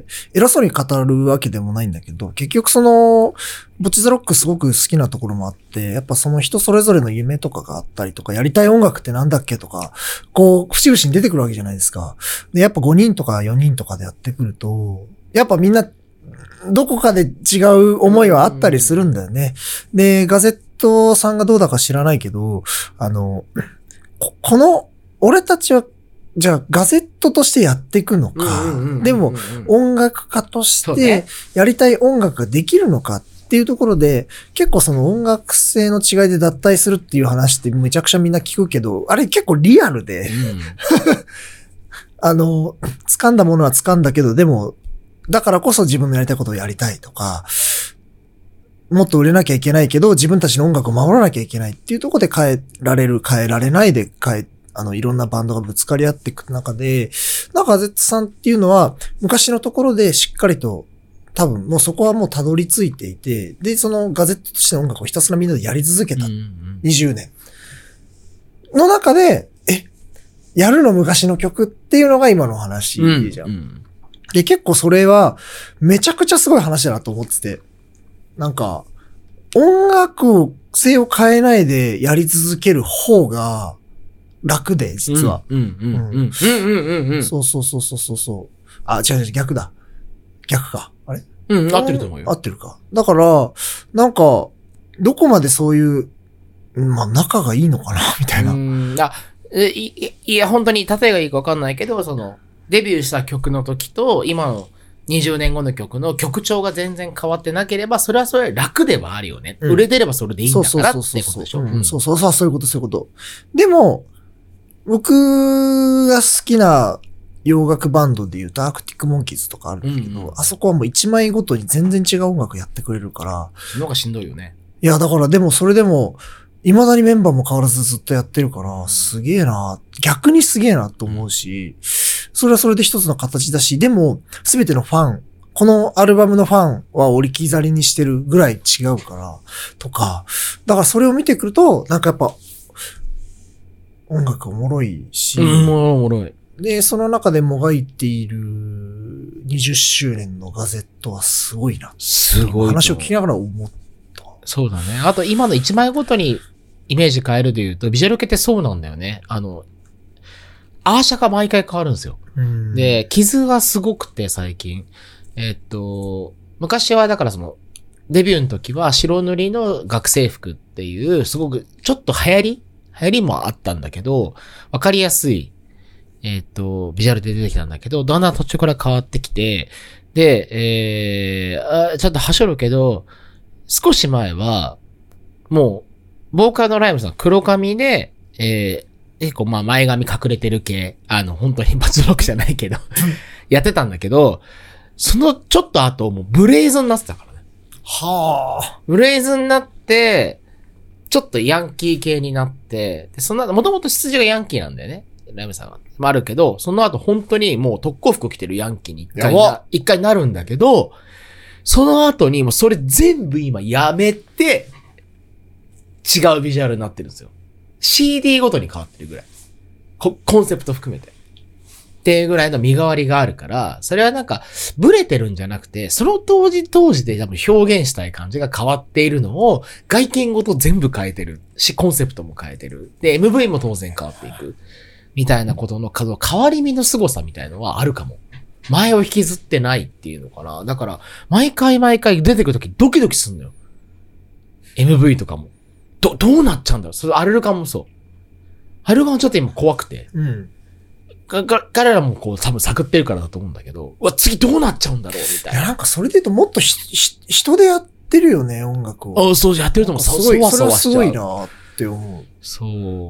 偉そうに語るわけでもないんだけど、結局その、ボチザロックすごく好きなところもあって、やっぱその人それぞれの夢とかがあったりとか、やりたい音楽ってなんだっけとか、こう、節々に出てくるわけじゃないですか。で、やっぱごにんとかよにんとかでやってくると、やっぱみんな、どこかで違う思いはあったりするんだよね。で、ガゼットさんがどうだか知らないけど、あの、こ, この、俺たちは、じゃあガゼットとしてやっていくのか、でも音楽家としてやりたい音楽ができるのかっていうところで、結構その音楽性の違いで脱退するっていう話ってめちゃくちゃみんな聞くけど、あれ結構リアルで、うん、あの、掴んだものは掴んだけど、でも、だからこそ自分のやりたいことをやりたいとか、もっと売れなきゃいけないけど、自分たちの音楽を守らなきゃいけないっていうところで変えられる、変えられないで変え、あの、いろんなバンドがぶつかり合っていく中で、なんかガゼットさんっていうのは、昔のところでしっかりと、多分もうそこはもうたどり着いていて、で、そのガゼットとしての音楽をひたすらみんなでやり続けた。うんうん、にじゅうねん。の中で、え、やるの昔の曲っていうのが今の話じゃん。うんうんで、結構それは、めちゃくちゃすごい話だなと思ってて。なんか、音楽性を変えないでやり続ける方が楽で、実は。 うん、うん、うん、うん、うん、うん、うん。 そうそうそうそうそう。あ、違う違う、逆だ。逆か。あれうん、合ってると思うよ。 合ってるか。だから、なんか、どこまでそういう、まあ、仲がいいのかなみたいな。 うん、あ、い、いや、本当に、例えがいいかわかんないけど、その、デビューした曲の時と、今のにじゅうねんごの曲の曲調が全然変わってなければ、それはそれ楽ではあるよね。うん、売れてればそれでいいんだからってことでしょ。 そうそうそう、そういうこと、そういうこと。でも、僕が好きな洋楽バンドで言うと、アークティックモンキーズとかあるんだけど、うんうん、あそこはもう一枚ごとに全然違う音楽やってくれるから。 その方がしんどいよね。 いや、だからでもそれでも、未だにメンバーも変わらずずっとやってるから、すげえな、逆にすげえなと思うし、それはそれで一つの形だし、でも、すべてのファン、このアルバムのファンは折りきざりにしてるぐらい違うから、とか、だからそれを見てくると、なんかやっぱ、音楽おもろいし、 うん、おもろい。 で、その中でもがいているにじゅっしゅうねんのガゼットはすごいな。 すごい。 話を聞きながら思った。 そうだね。あと今のいちまいごとにイメージ変えるで言うと、ビジュアル系ってそうなんだよね。あの、アーシャが毎回変わるんですよ。で、傷がすごくて最近。えっと、昔はだからその、デビューの時は白塗りの学生服っていう、すごくちょっと流行り流行りもあったんだけど、わかりやすい、えっと、ビジュアルで出てきたんだけど、だんだん途中から変わってきて、で、えー、あちょっとはしょるけど、少し前は、もう、ボーカルのライムさん黒髪で、えー、結構まあ前髪隠れてる系、あの、本当にバツロックじゃないけど、やってたんだけど、そのちょっと後、もうブレイズになってたからね。 はあ。 ブレイズになって、ちょっとヤンキー系になって、で、その後、もともと出自がヤンキーなんだよね。ライムさんは。まあ、あるけど、その後本当にもう特攻服着てるヤンキーに一回な、一回なるんだけど、その後にもうそれ全部今やめて、違うビジュアルになってるんですよ。シーディー ごとに変わってるぐらい。コ、コンセプト含めて。っていうぐらいの身代わりがあるから、それはなんか、ブレてるんじゃなくて、その当時当時で多分表現したい感じが変わっているのを、外見ごと全部変えてるし、コンセプトも変えてる。で、エムブイ も当然変わっていく。みたいなことの数、変わり身の凄さみたいのはあるかも。前を引きずってないっていうのかな。だから、毎回毎回出てくるときドキドキするんだよ。エムブイ とかも。ど、どうなっちゃうんだろう。それアルルカもそう。アルルカもちょっと今怖くて。 うん。 が、が、彼らもこう多分探ってるからだと思うんだけど、うわ、次どうなっちゃうんだろうみたいな。 いや、なんかそれで言うともっとひ、ひ、人でやってるよね、音楽を。 ああ、そう、やってると思う。 すごい、それはすごいなって思う。 そう。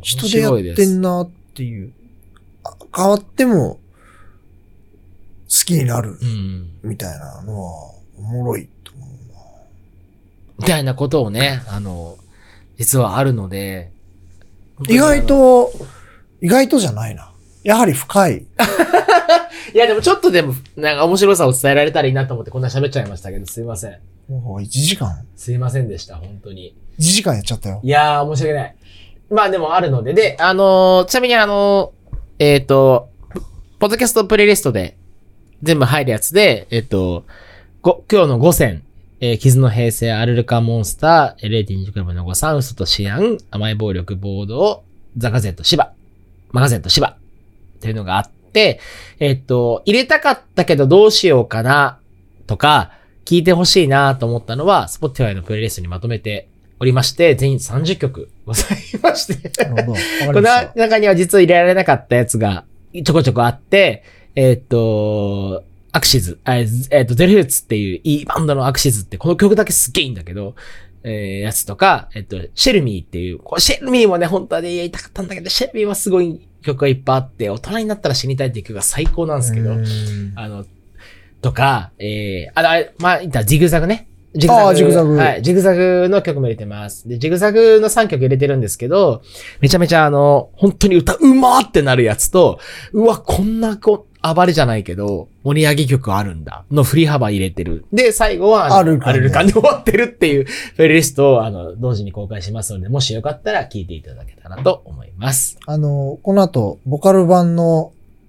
人でやってんなっていう。変わっても、好きになる。うん。みたいなのは、おもろいと思うな。 みたいなことをね、あの、実はあるので。 意外と、意外とじゃないな。やはり深い。 いやでもちょっとでも、なんか面白さを伝えられたらいいなと思ってこんな喋っちゃいましたけど、すいません。 もういちじかん。 すいませんでした、本当に。 いちじかんやっちゃったよ。 いやー、申し訳ない。まあでもあるので、で、あのー、ちなみにあのー、えっ、ー、と、ポッドキャストプレイリストで全部入るやつで、えっ、ー、と、ご、今日のご選、えー、傷の平成、アルルカモンスター、ゼロてんにじゅうクラブのごさん、嘘とシアン、甘い暴力、暴動、ザガゼット、シバ、マガゼット、シバ、っていうのがあって、えっと、入れたかったけどどうしようかな、とか、聞いてほしいなと思ったのは、Spotify のプレイリストにまとめておりまして、全員さんじゅっきょくございまして。なるほど。この中には実は入れられなかったやつがちょこちょこあって、えっと、アクシズ、えっと、ゼルフルツっていういいバンドのアクシズってこの曲だけすっげえいいんだけど、えー、やつとか、えっと、シェルミーっていう、これシェルミーもね、本当はね、言いたかったんだけど、シェルミーはすごい曲がいっぱいあって、大人になったら死にたいっていう曲が最高なんですけど、あの、とか、えー、あれ、まあ、言ったらジグザグね。ジグザグ。 ああ、ジグザグ。 はい。ジグザグの曲も入れてます。で、ジグザグのさんきょく入れてるんですけど、めちゃめちゃあの、本当に歌うまーってなるやつと、うわ、こんなこう、暴れじゃないけど、盛り上げ曲あるんだ。の振り幅入れてる。で、最後は、 あるか、ね、 アルルカンで終わってるっていう、プレイリストを、あの、同時に公開しますので、もしよかったら聞いていただけたらと思います。 あの、この後、ボカル版の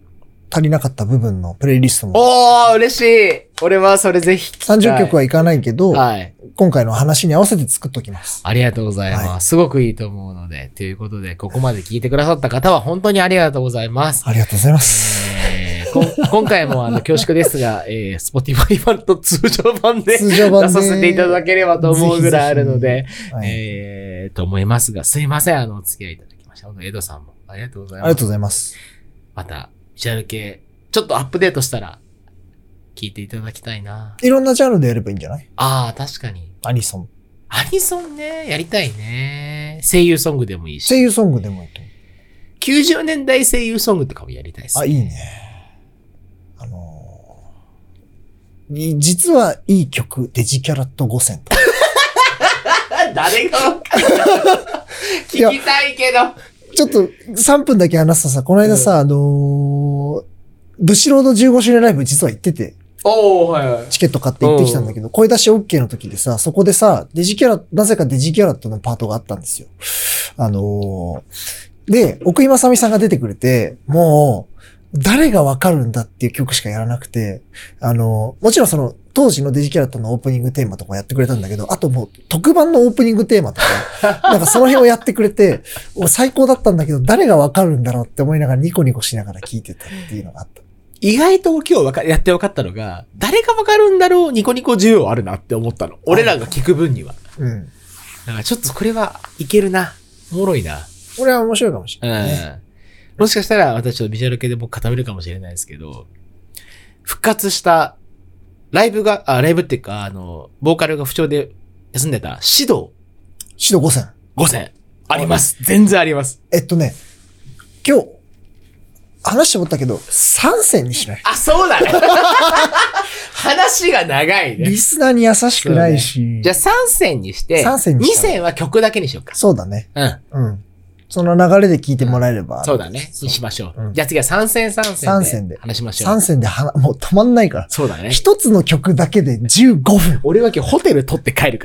足りなかった部分のプレイリストも。 おー、嬉しい。俺はそれぜひ聞きたい。 さんじゅっきょくはいかないけど、 はい。 今回の話に合わせて作っときます。 ありがとうございます。 はい、 すごくいいと思うので。ということで、ここまで聞いてくださった方は本当にありがとうございます。 ありがとうございます。 えー、こ今回もあの恐縮ですが、えー、Spotify 版と通常版で通常版で出させていただければと思うぐらいあるので、 ぜひぜひはい、 えー、と思いますが、すいません、あの、お付き合いいただきました。エドさんもありがとうございます。 ありがとうございます。 また、ビジュアル系、ちょっとアップデートしたら、聞いていただきたいな。 いろんなジャンルでやればいいんじゃない？ ああ、確かに。 アニソン。 アニソンね、やりたいね。声優ソングでもいいし。 声優ソングでもいいと思う。 きゅうじゅうねんだい声優ソングとかもやりたいですね。 あ、いいね。あのー、実はいい曲、デジキャラットごせんとか。 誰がわかる聞きたいけど。 ちょっとさんぷんだけ話すとさ、この間さ、うん、あのー、ブシロードじゅうごしゅうねんライブ実は行ってて。 おー、はいはい。 チケット買って行ってきたんだけど、声出し OK の時でさ、そこでさ、デジキャラ、なぜかデジキャラットのパートがあったんですよ。あのー、で、奥井正美さんが出てくれて、もう、誰がわかるんだっていう曲しかやらなくて、あのー、もちろんその、当時のデジキャラットのオープニングテーマとかやってくれたんだけど、あともう特番のオープニングテーマとか、なんかその辺をやってくれて、最高だったんだけど、誰がわかるんだろうって思いながらニコニコしながら聞いてたっていうのがあった。 意外と今日わかやって分かったのが、誰がわかるんだろうニコニコ需要あるなって思ったの。俺らが聞く分には。 うん。 だからちょっとこれはいけるな。おもろいな。 これは面白いかもしれない、ね。 うん。もしかしたら私ちょっとビジュアル系で僕固めるかもしれないですけど、復活したライブが、あ、ライブっていうか、あの、ボーカルが不調で休んでた、シド。 シドごせん。 ごせん。あります。全然あります。 えっとね、今日、話して思ったけど、さんせんにしない？ あ、そうだね。話が長いね。 リスナーに優しくないし。 ね、じゃあさんせんにして、 さんせんににせんは曲だけにしようか。 そうだね。 うん。 うん。その流れで聞いてもらえれば。 うん、そうだね。にしましょう。うん、じゃあ次はさんせんさんせんで。 さんせんで。 話しましょう。 さんせんではもう止まんないから。 そうだね。 一つの曲だけでじゅうごふん。 俺は今日ホテル取って帰るから。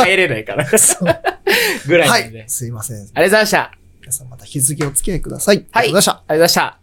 帰れないから。そう。ぐらいなんで、ね。 はい。すいません。ありがとうございました。 皆さんまた引き続きお付き合いください。 はい。ありがとうございました。ありがとうございました。